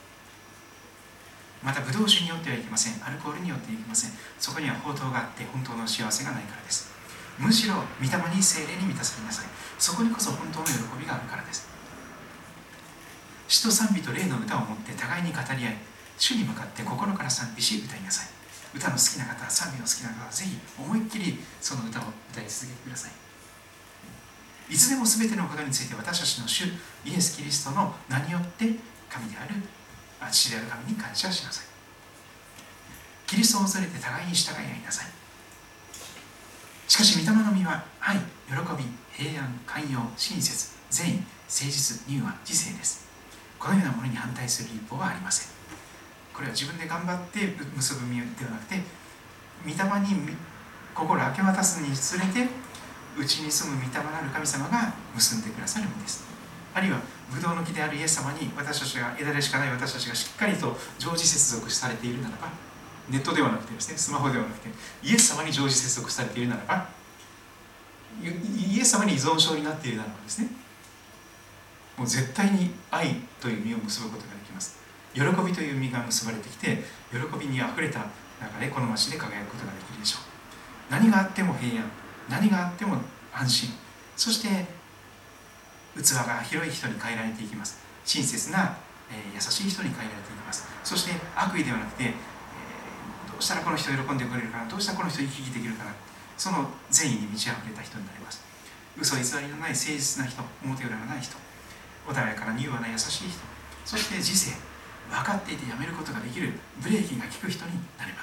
またブドウ酒によってはいけません。アルコールによってはいけません。そこには宝刀があって本当の幸せがないからです。むしろ御霊に聖霊に満たされなさい。そこにこそ本当の喜びがあるからです。詩と賛美と霊の歌を持って互いに語り合い、主に向かって心から賛美し歌いなさい。歌の好きな方、賛美の好きな方はぜひ思いっきりその歌を歌い続けてください。いつでも全てのことについて私たちの主イエス・キリストの名によって神である父である神に感謝しなさい。キリストを恐れて互いに従い合いなさい。しかし御霊の実は愛、喜び、平安、寛容、親切、善意、誠実、柔和、知性です。このようなものに反対する立法はありません。これは自分で頑張って結ぶ実ではなくて、御霊に心を明け渡すにつれてうちに住む御霊なる神様が結んでくださるんです。あるいはブドウの木であるイエス様に私たちが、枝でしかない私たちがしっかりと常時接続されているならば、ネットではなくてですね、スマホではなくてイエス様に常時接続されているならば、イエス様に依存症になっているならばですね、もう絶対に愛という実を結ぶことができます。喜びという実が結ばれてきて、喜びにあふれた中でこの町で輝くことができるでしょう。何があっても平安、何があっても安心、そして器が広い人に変えられていきます。親切な、優しい人に変えられていきます。そして悪意ではなくて、どうしたらこの人を喜んでくれるかな、どうしたらこの人を生き生きできるかな、その善意に満ち溢れた人になります。嘘偽りのない誠実な人、表裏のない人、穏やかな柔和な優しい人、そして自制、 分かっていてやめることができるブレーキが効く人になります。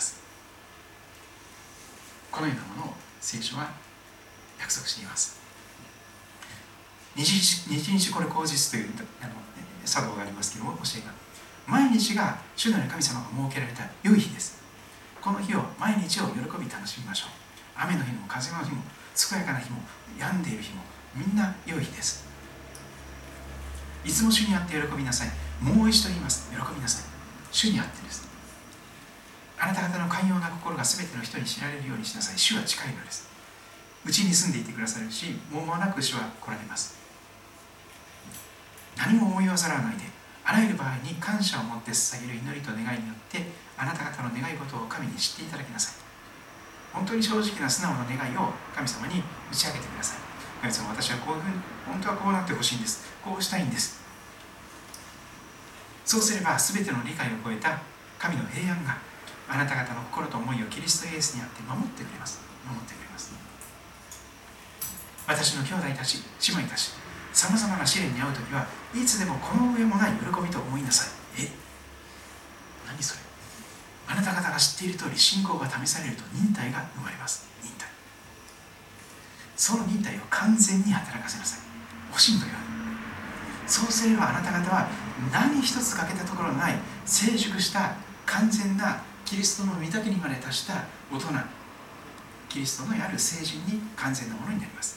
このようなものを聖書は約束しています。日日これ口実という茶道がありますけども、教えが毎日が主なる神様が設けられた良い日です。この日を毎日を喜び楽しみましょう。雨の日も風の日も健やかな日も病んでいる日もみんな良い日です。いつも主にあって喜びなさい。もう一度言います。喜びなさい。主にあってです。あなた方の寛容な心が全ての人に知られるようにしなさい。主は近いのです。うちに住んでいてくださるし、もう間もなく主は来られます。何も思い煩わないで、あらゆる場合に感謝を持って捧げる祈りと願いによってあなた方の願い事を神に知っていただきなさい。本当に正直な素直な願いを神様に打ち上げてください。神様、私はこういうふうに本当はこうなってほしいんです。こうしたいんです。そうすれば全ての理解を超えた神の平安があなた方の心と思いをキリストイエスにあって守ってくれます。守ってくれます。私の兄弟たち、姉妹たち、さまざまな試練に遭うときはいつでもこの上もない喜びと思いなさい。何それ。あなた方が知っている通り、信仰が試されると忍耐が生まれます。忍耐。その忍耐を完全に働かせなさい。おしんどいように。そうすればあなた方は何一つ欠けたところのない成熟した完全なキリストの御岳にまで達した大人、キリストのある聖人に完全なものになります。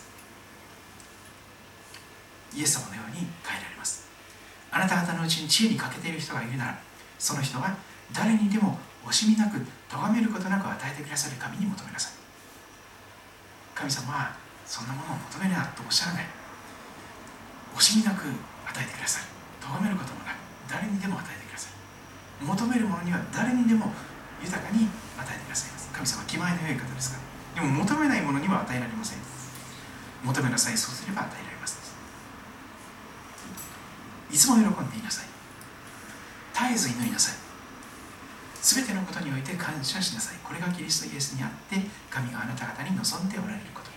イエス様のように変えられます。あなた方のうちに知恵に欠けている人がいるなら、その人は誰にでも惜しみなく咎めることなく与えてくださる神に求めなさい。神様はそんなものを求めるなとおっしゃらない。惜しみなく与えてくださる。咎めることもなく誰にでも与えてくださる。求めるものには誰にでも豊かに与えてくださいます。神様は気前の良い方ですから。でも求めないものには与えられません。求めなさい。そうすれば与えられます。いつも喜んでいなさい。絶えず祈りなさい。すべてのことにおいて感謝しなさい。これがキリストイエスにあって神があなた方に望んでおられることです。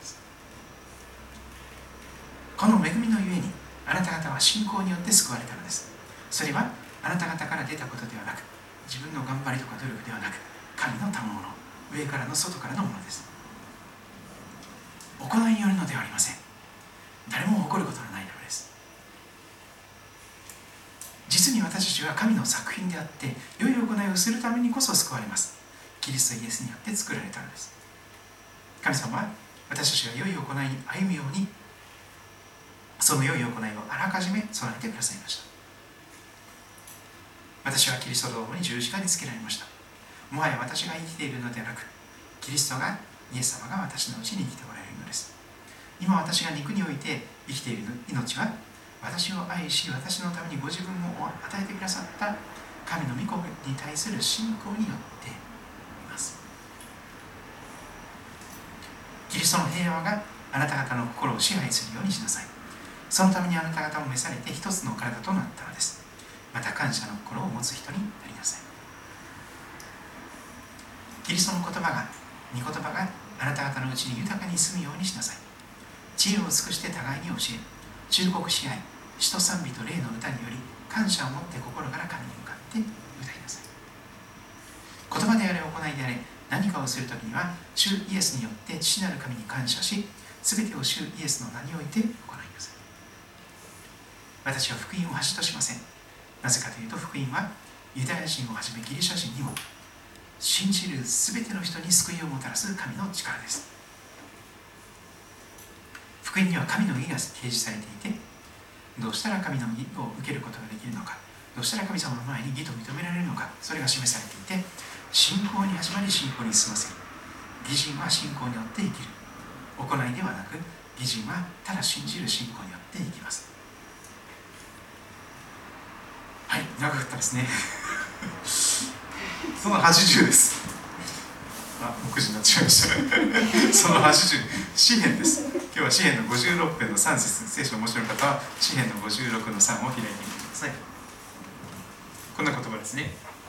この恵みのゆえにあなた方は信仰によって救われたのです。それはあなた方から出たことではなく、自分の頑張りとか努力ではなく、神の賜物、上からの外からのものです。行いによるのではありません。誰も誇ることのないためです。実に私たちは神の作品であって、良い行いをするためにこそ救われます。キリストイエスによって作られたのです。神様は私たちが良い行いに歩むように、その良い行いをあらかじめ備えてくださいました。私はキリストと共に十字架につけられました。もはや私が生きているのではなく、キリストが、イエス様が私のうちに生きておられるのです。今私が肉において生きている命は、私を愛し、私のためにご自分を与えてくださった神の御子に対する信仰によっています。キリストの平和があなた方の心を支配するようにしなさい。そのためにあなた方も召されて一つの体となったのです。また感謝の心を持つ人になりなさい。キリストの言葉が、御言葉があなた方のうちに豊かに住むようにしなさい。知恵を尽くして互いに教え、忠告し合い、詩と賛美と霊の歌により感謝を持って心から神に向かって歌いなさい。言葉であれ行いであれ、何かをするときには主イエスによって父なる神に感謝し、すべてを主イエスの名において行いなさい。私は福音を恥としません。なぜかというと、福音はユダヤ人をはじめギリシャ人にも信じるすべての人に救いをもたらす神の力です。福音には神の義が掲示されていて、どうしたら神の義を受けることができるのか、どうしたら神様の前に義と認められるのか、それが示されていて、信仰に始まり信仰に進ませる。義人は信仰によって生きる。行いではなく、義人はただ信じる信仰によって生きます。はい、長かったですね。その80です。9時になっちゃいましたね。その80、詩編です。今日は詩編の56編の3節、聖書面白い方は詩編の56の3を開いてみてください。こんな言葉ですね。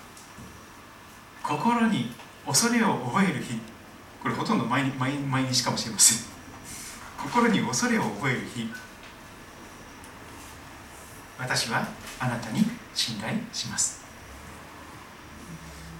心に恐れを覚える日、これほとんど毎日かもしれません。心に恐れを覚える日、私はあなたに信頼します。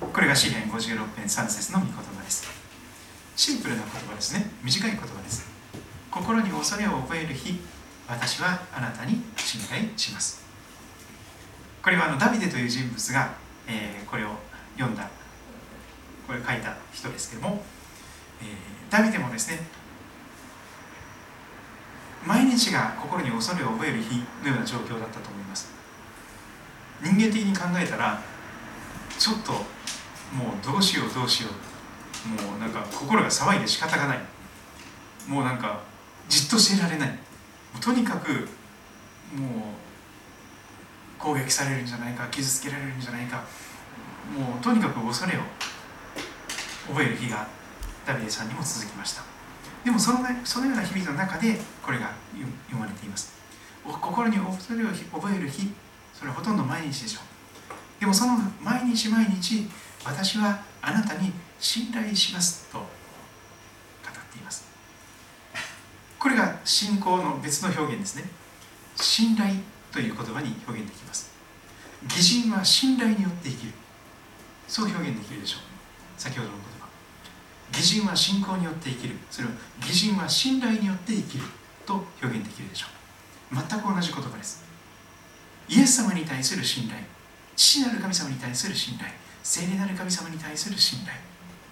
これが詩編56編3節の御言葉です。シンプルな言葉ですね。短い言葉です。心に恐れを覚える日、私はあなたに信頼します。これはダビデという人物が、これを読んだ、これを書いた人ですけども、ダビデもですね、毎日が心に恐れを覚える日のような状況だったと思います。人間的に考えたら、ちょっともうどうしようどうしよう、もうなんか心が騒いで仕方がない、もうなんかじっとしていられない、もうとにかくもう攻撃されるんじゃないか、傷つけられるんじゃないか、もうとにかく恐れを覚える日がダビデさんにも続きました。でもそのような日々の中でこれが読まれています。心に恐れを覚える日、それはほとんど毎日でしょう。でもその毎日毎日、私はあなたに信頼しますと語っています。これが信仰の別の表現ですね。信頼という言葉に表現できます。義人は信頼によって生きる、そう表現できるでしょう。先ほどの言葉、義人は信仰によって生きる、それを義人は信頼によって生きると表現できるでしょう。全く同じ言葉です。イエス様に対する信頼、父なる神様に対する信頼、聖霊なる神様に対する信頼。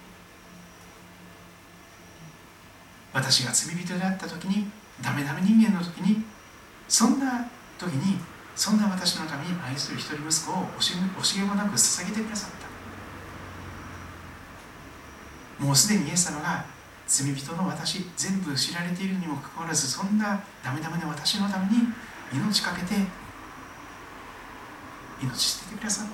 私が罪人であった時に、ダメダメ人間の時に、そんな時に、そんな私のために愛する一人息子を惜しげもなく捧げてくださった。もうすでにイエス様が罪人の私、全部知られているにもかかわらず、そんなダメダメな私のために命かけて命捨ててくださった。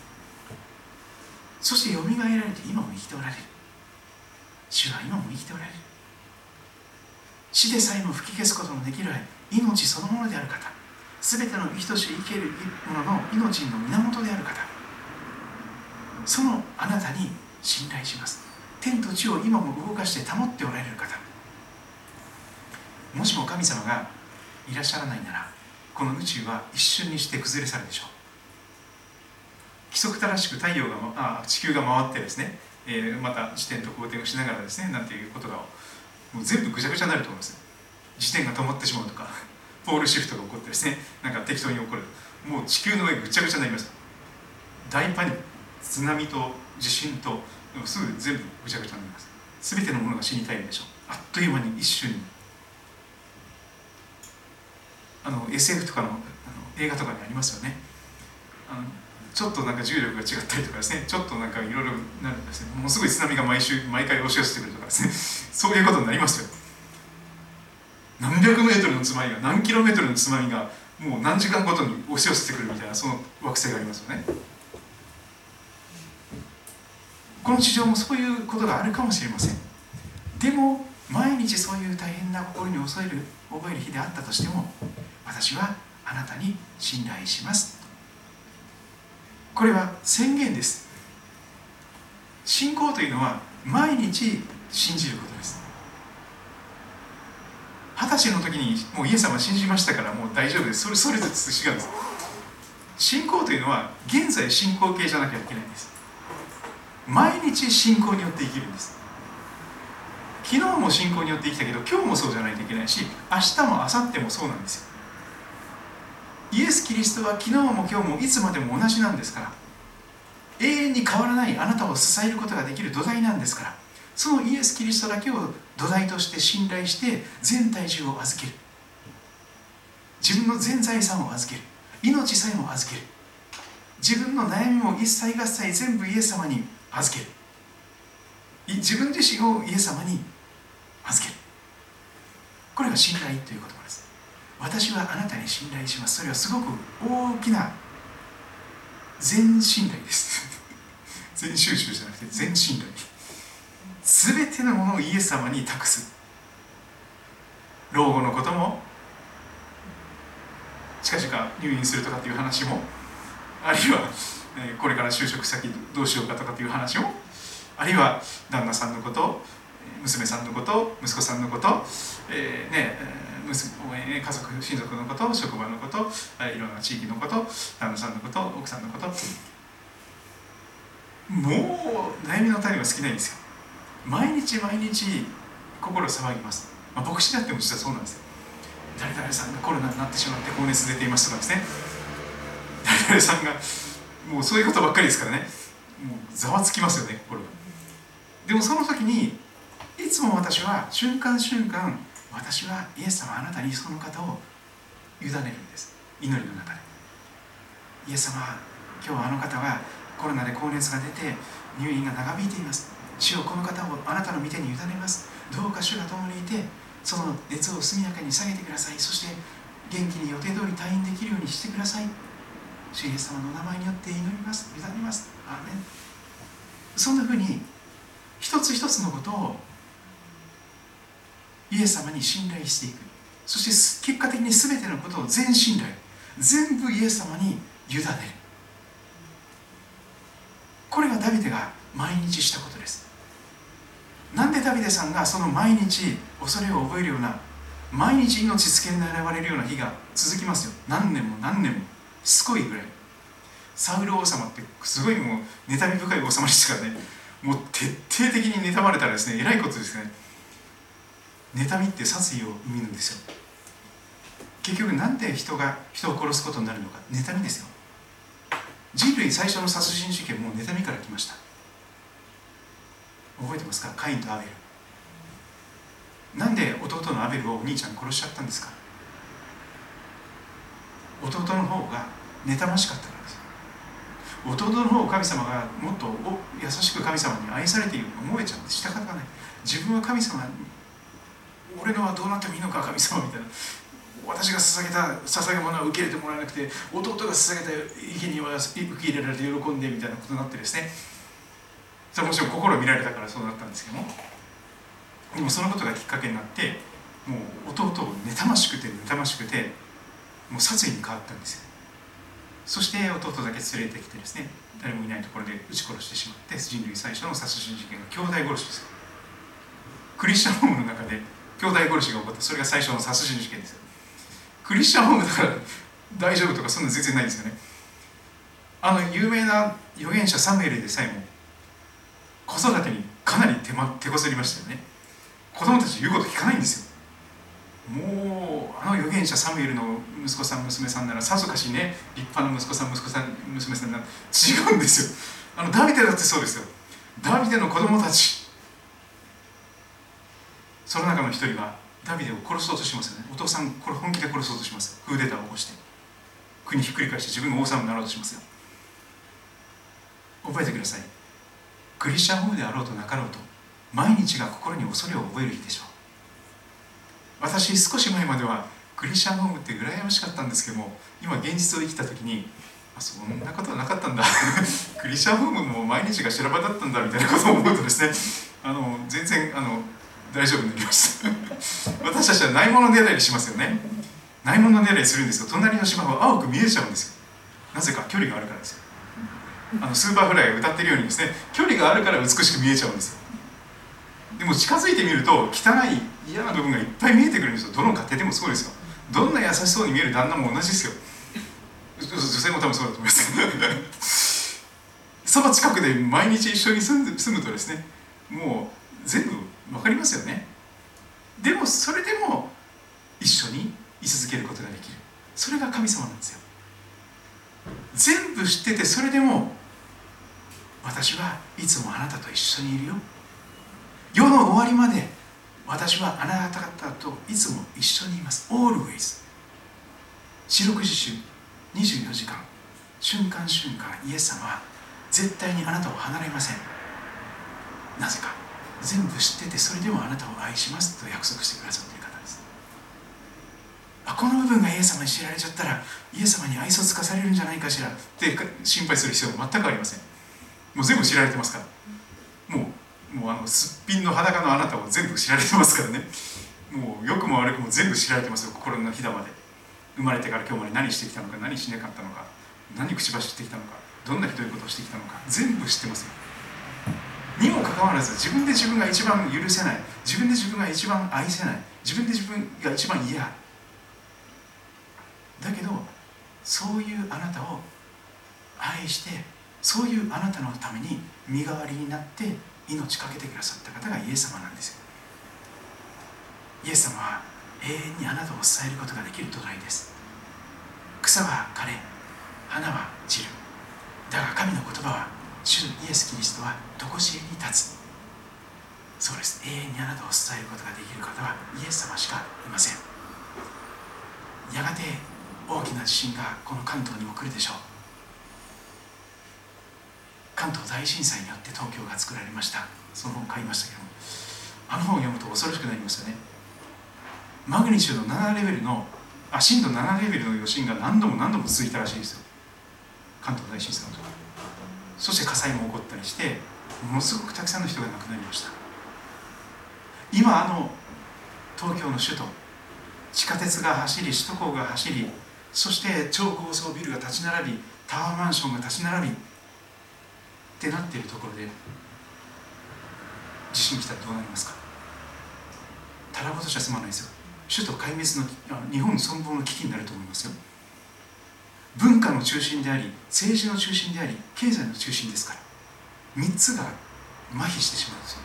そしてよみがえられて今も生きておられる。主は今も生きておられる。死でさえも吹き消すことのできる命そのものである方、すべての生きとし生けるものの命の源である方、そのあなたに信頼します。天と地を今も動かして保っておられる方。もしも神様がいらっしゃらないなら、この宇宙は一瞬にして崩れ去るでしょう。規則正しく地球が回ってですね、また自転と公転をしながらですね、なんていうことがもう全部ぐちゃぐちゃになると思います。自転が止まってしまうとか、ポールシフトが起こってですね、なんか適当に起こる、もう地球の上ぐちゃぐちゃになります。大パニック、津波と地震とすぐ全部ぐちゃぐちゃになります。すべてのものが死に絶えるでしょう。あっという間に一瞬に。SF とかの映画とかにありますよね。ちょっとなんか重力が違ったりとかですね、ちょっとなんかいろいろなるんですね。ものすごい津波が毎回押し寄せてくるとかですね、そういうことになりますよ。何百メートルの津波が、何キロメートルの津波がもう何時間ごとに押し寄せてくるみたいな、その惑星がありますよね。この地上もそういうことがあるかもしれません。でも毎日そういう大変な心に覚える日であったとしても、私はあなたに信頼します。これは宣言です。信仰というのは毎日信じることです。20歳の時にもうイエス様は信じましたからもう大丈夫です。それと違うんです。信仰というのは現在進行形じゃなきゃいけないんです。毎日信仰によって生きるんです。昨日も信仰によって生きたけど今日もそうじゃないといけないし、明日も明後日もそうなんですよ。イエス・キリストは昨日も今日もいつまでも同じなんですから、永遠に変わらないあなたを支えることができる土台なんですから、そのイエス・キリストだけを土台として信頼して全体重を預ける。自分の全財産を預ける。命さえも預ける。自分の悩みも一切合切全部イエス様に預ける。自分自身をイエス様に預ける。これが信頼という言葉です。私はあなたに信頼します。それはすごく大きな全信頼です。全収集じゃなくて全信頼。すべてのものをイエス様に託す。老後のことも、近々入院するとかっていう話も、あるいはこれから就職先どうしようかとかっていう話も、あるいは旦那さんのこと、娘さんのこと、息子さんのこと、家族、親族のこと、職場のこと、いろんな地域のこと、旦那さんのこと、奥さんのこと、 もう悩みの種は尽きないんですよ。毎日毎日心騒ぎます。牧師であっても実はそうなんですよ。誰々さんがコロナになってしまって高熱出ていますとかですね、誰々さんがもうそういうことばっかりですからね、もうざわつきますよね、心が。でもその時にいつも私は瞬間瞬間、私はイエス様あなたにその方を委ねるんです。祈りの中で、イエス様、今日はあの方はコロナで高熱が出て入院が長引いています。主よ、この方をあなたの御手に委ねます。どうか主が共にいて、その熱を速やかに下げてください。そして元気に予定通り退院できるようにしてください。主イエス様のお名前によって祈ります。委ねます。アーメン。そんなふうに一つ一つのことをイエス様に信頼していく。そして結果的に全てのことを全信頼、全部イエス様に委ねる。これがダビデが毎日したことです。なんでダビデさんがその毎日恐れを覚えるような、毎日命つけ狙われるような日が続きますよ。何年も何年も、しつこいぐらい。サウル王様ってすごいもう妬み深い王様ですからね、もう徹底的に妬まれたらですね、えらいことですね。妬みって殺意を生むんですよ。結局なんで人が人を殺すことになるのか、妬みですよ。人類最初の殺人事件も妬みから来ました。覚えてますか？カインとアベル。なんで弟のアベルをお兄ちゃん殺しちゃったんですか？弟の方が妬ましかったからです。弟の方を神様がもっと優しく神様に愛されていると思えちゃって仕方がない。自分は神様に、俺のはどうなってもいいのか神様みたいな、私が捧げ物は受け入れてもらえなくて、弟が捧げた意見には受け入れられて喜んでみたいなことになってですね、それもちろん心を見られたからそうなったんですけども、でもそのことがきっかけになって、もう弟を妬ましくて妬ましくて、もう殺意に変わったんですよ。そして弟だけ連れてきてですね、誰もいないところで撃ち殺してしまって、人類最初の殺人事件が兄弟殺しですよ。クリスチャンホームの中で兄弟殺しが起こった、それが最初の殺人事件ですよ。クリスチャンホームだから大丈夫とかそんな全然ないんですよね。有名な預言者サムエルでさえも子育てにかなり手こずりましたよね。子供たち言うこと聞かないんですよ。もう預言者サムエルの息子さん娘さんならさぞかしね、立派な息子さん娘さんなら違うんですよ。ダビデだってそうですよ。ダビデの子供たち、その中の一人はダビデを殺そうとしますよね。お父さんこれ本気で殺そうとしますよ。クーデターを起こして国ひっくり返して自分が王様になろうとしますよ。覚えてください。クリスチャンホームであろうとなかろうと、毎日が心に恐れを覚える日でしょう。私少し前まではクリスチャンホームって羨ましかったんですけども、今現実を生きた時にそんなことはなかったんだクリスチャンホームも毎日が修羅場だったんだみたいなことを思うとですね、全然大丈夫になりました私たちはないものねだりしますよね。ないものねだりするんですが、隣の島は青く見えちゃうんですよ。なぜか距離があるからですよ。スーパーフライが歌ってるようにですね、距離があるから美しく見えちゃうんですよ。でも近づいてみると汚い嫌な部分がいっぱい見えてくるんですよ。どの家庭でもそうですよ。どんな優しそうに見える旦那も同じですよ。女性も多分そうだと思いますその近くで毎日一緒に住むとですね、もう全部分かりますよね。でもそれでも一緒に居続けることができる。それが神様なんですよ。全部知ってて、それでも私はいつもあなたと一緒にいるよ。世の終わりまで私はあなた方といつも一緒にいます。 Always。 四六時中24時間瞬間瞬間、イエス様は絶対にあなたを離れません。なぜか、全部知っててそれでもあなたを愛しますと約束してくださっている方です。この部分がイエス様に知られちゃったらイエス様に愛想つかされるんじゃないかしらって心配する必要は全くありません。もう全部知られてますから。もうすっぴんの裸のあなたを全部知られてますからね。もう良くも悪くも全部知られてますよ。心のひだまで、生まれてから今日まで何してきたのか、何しなかったのか、何口走ってきたのか、どんなひどいことをしてきたのか、全部知ってますよ。にもかかわらず自分で自分が一番許せない、自分で自分が一番愛せない、自分で自分が一番嫌だけど、そういうあなたを愛して、そういうあなたのために身代わりになって命かけてくださった方がイエス様なんですよ。イエス様は永遠にあなたを支えることができる土台です。草は枯れ、花は散る。だが神の言葉は、主イエス・キリストは常しえに立つ。そうです。永遠にあなたを支えることができる方はイエス様しかいません。やがて大きな地震がこの関東にも来るでしょう。関東大震災によって東京が作られました。その本を買いましたけども、あの本を読むと恐ろしくなりますよね。マグニチュード7レベルの震度7レベルの余震が何度も続いたらしいですよ、関東大震災の時。そして火災も起こったりして、ものすごくたくさんの人が亡くなりました。今東京の首都、地下鉄が走り、首都高が走り、そして超高層ビルが立ち並び、タワーマンションが立ち並びってなっているところで地震来たらどうなりますか。たらごとじゃ済まないですよ。首都壊滅の日本存亡の危機になると思いますよ。文化の中心であり、政治の中心であり、経済の中心ですから、3つが麻痺してしまうんですよ。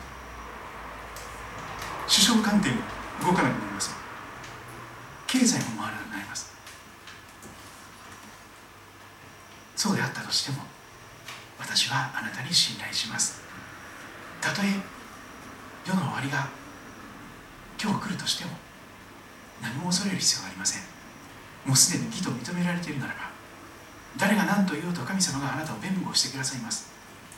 首相官邸も動かなくなりますよ。経済も回らなくなります。そうであったとしても、私はあなたに信頼します。たとえ世の終わりが今日来るとしても、何も恐れる必要はありません。もうすでに義と認められているならば、誰が何と言おうと神様があなたを弁護してくださいます。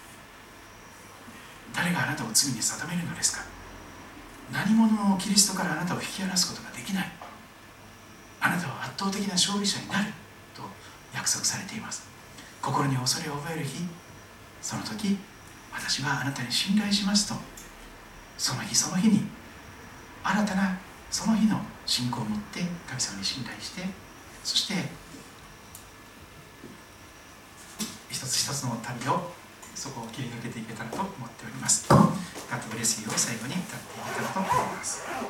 誰があなたを罪に定めるのですか。何者もキリストからあなたを引き離すことができない。あなたは圧倒的な勝利者になると約束されています。心に恐れを覚える日、その時、私はあなたに信頼しますと、その日その日に新たなその日の信仰を持って神様に信頼して、そして一つ一つの旅をそこを切り抜けていけたらと思っております。ガッドブレスユーを最後に歌っていけたらと思います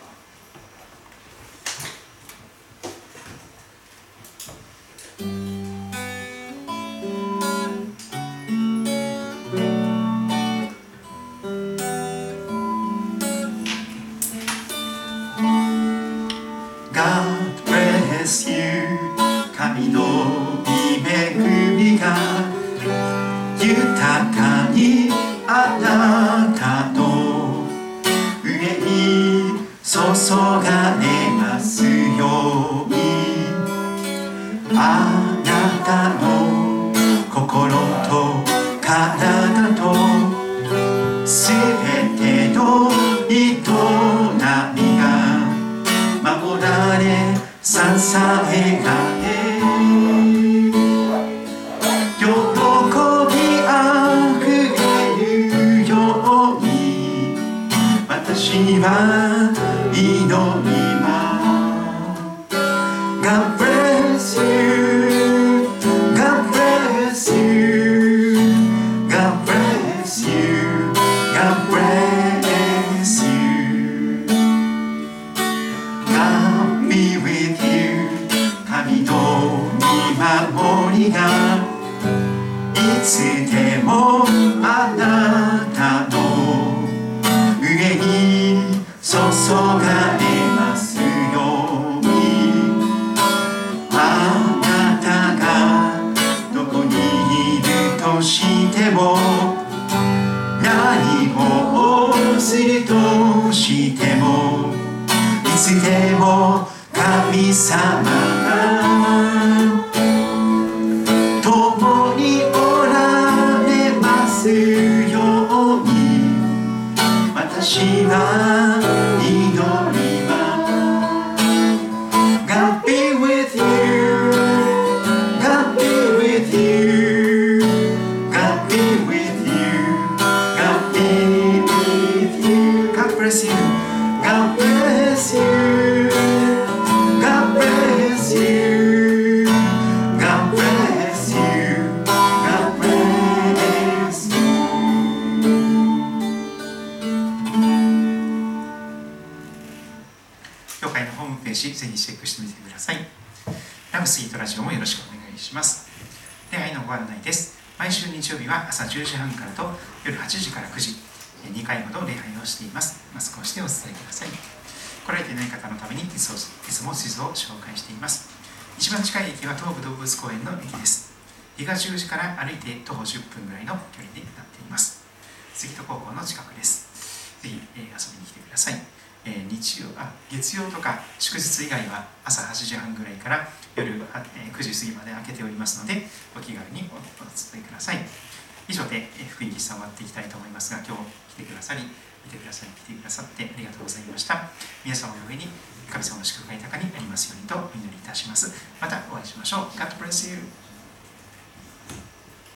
。God bless you 神の恵みが豊かにあなたの上に注がれますように、あなたの心と体とすべての営みが守られ支えられ、喜びあふれるように私は祈ります。 God bless you God bless you God bless you God bless you God be with you 神の御守りがいつでもあなたの上に注がれますように、あなたがどこにいるとしても、何をするとしても、いつでも神様が共におられますように、私は祈ります。 God be with you God be with you God be with you God be with you God bless you God bless you God bless you God bless you God bless you。 教会のホームページぜひチェックしてみてください。ラブスイートラジオもよろしくお願いします。恋愛のご案内です。 毎週日曜日は朝10時半からと夜8時から9時、2回ほど礼拝をしています。マスクをしてお伝えください。来られていない方のためにいつも地図を紹介しています。一番近い駅は東武動物公園の駅です。東10時から歩いて徒歩10分ぐらいの距離になっています。杉戸高校の近くです。ぜひ、遊びに来てください。月曜とか祝日以外は朝8時半ぐらいから夜9時過ぎまで開けておりますので、お気軽にお伝えください。以上で福音喫茶終わっていきたいと思いますが、今日来てくださってありがとうございました。皆様の上に神様の祝福が豊かにありますようにとお祈りいたします。またお会いしましょう。God bless you.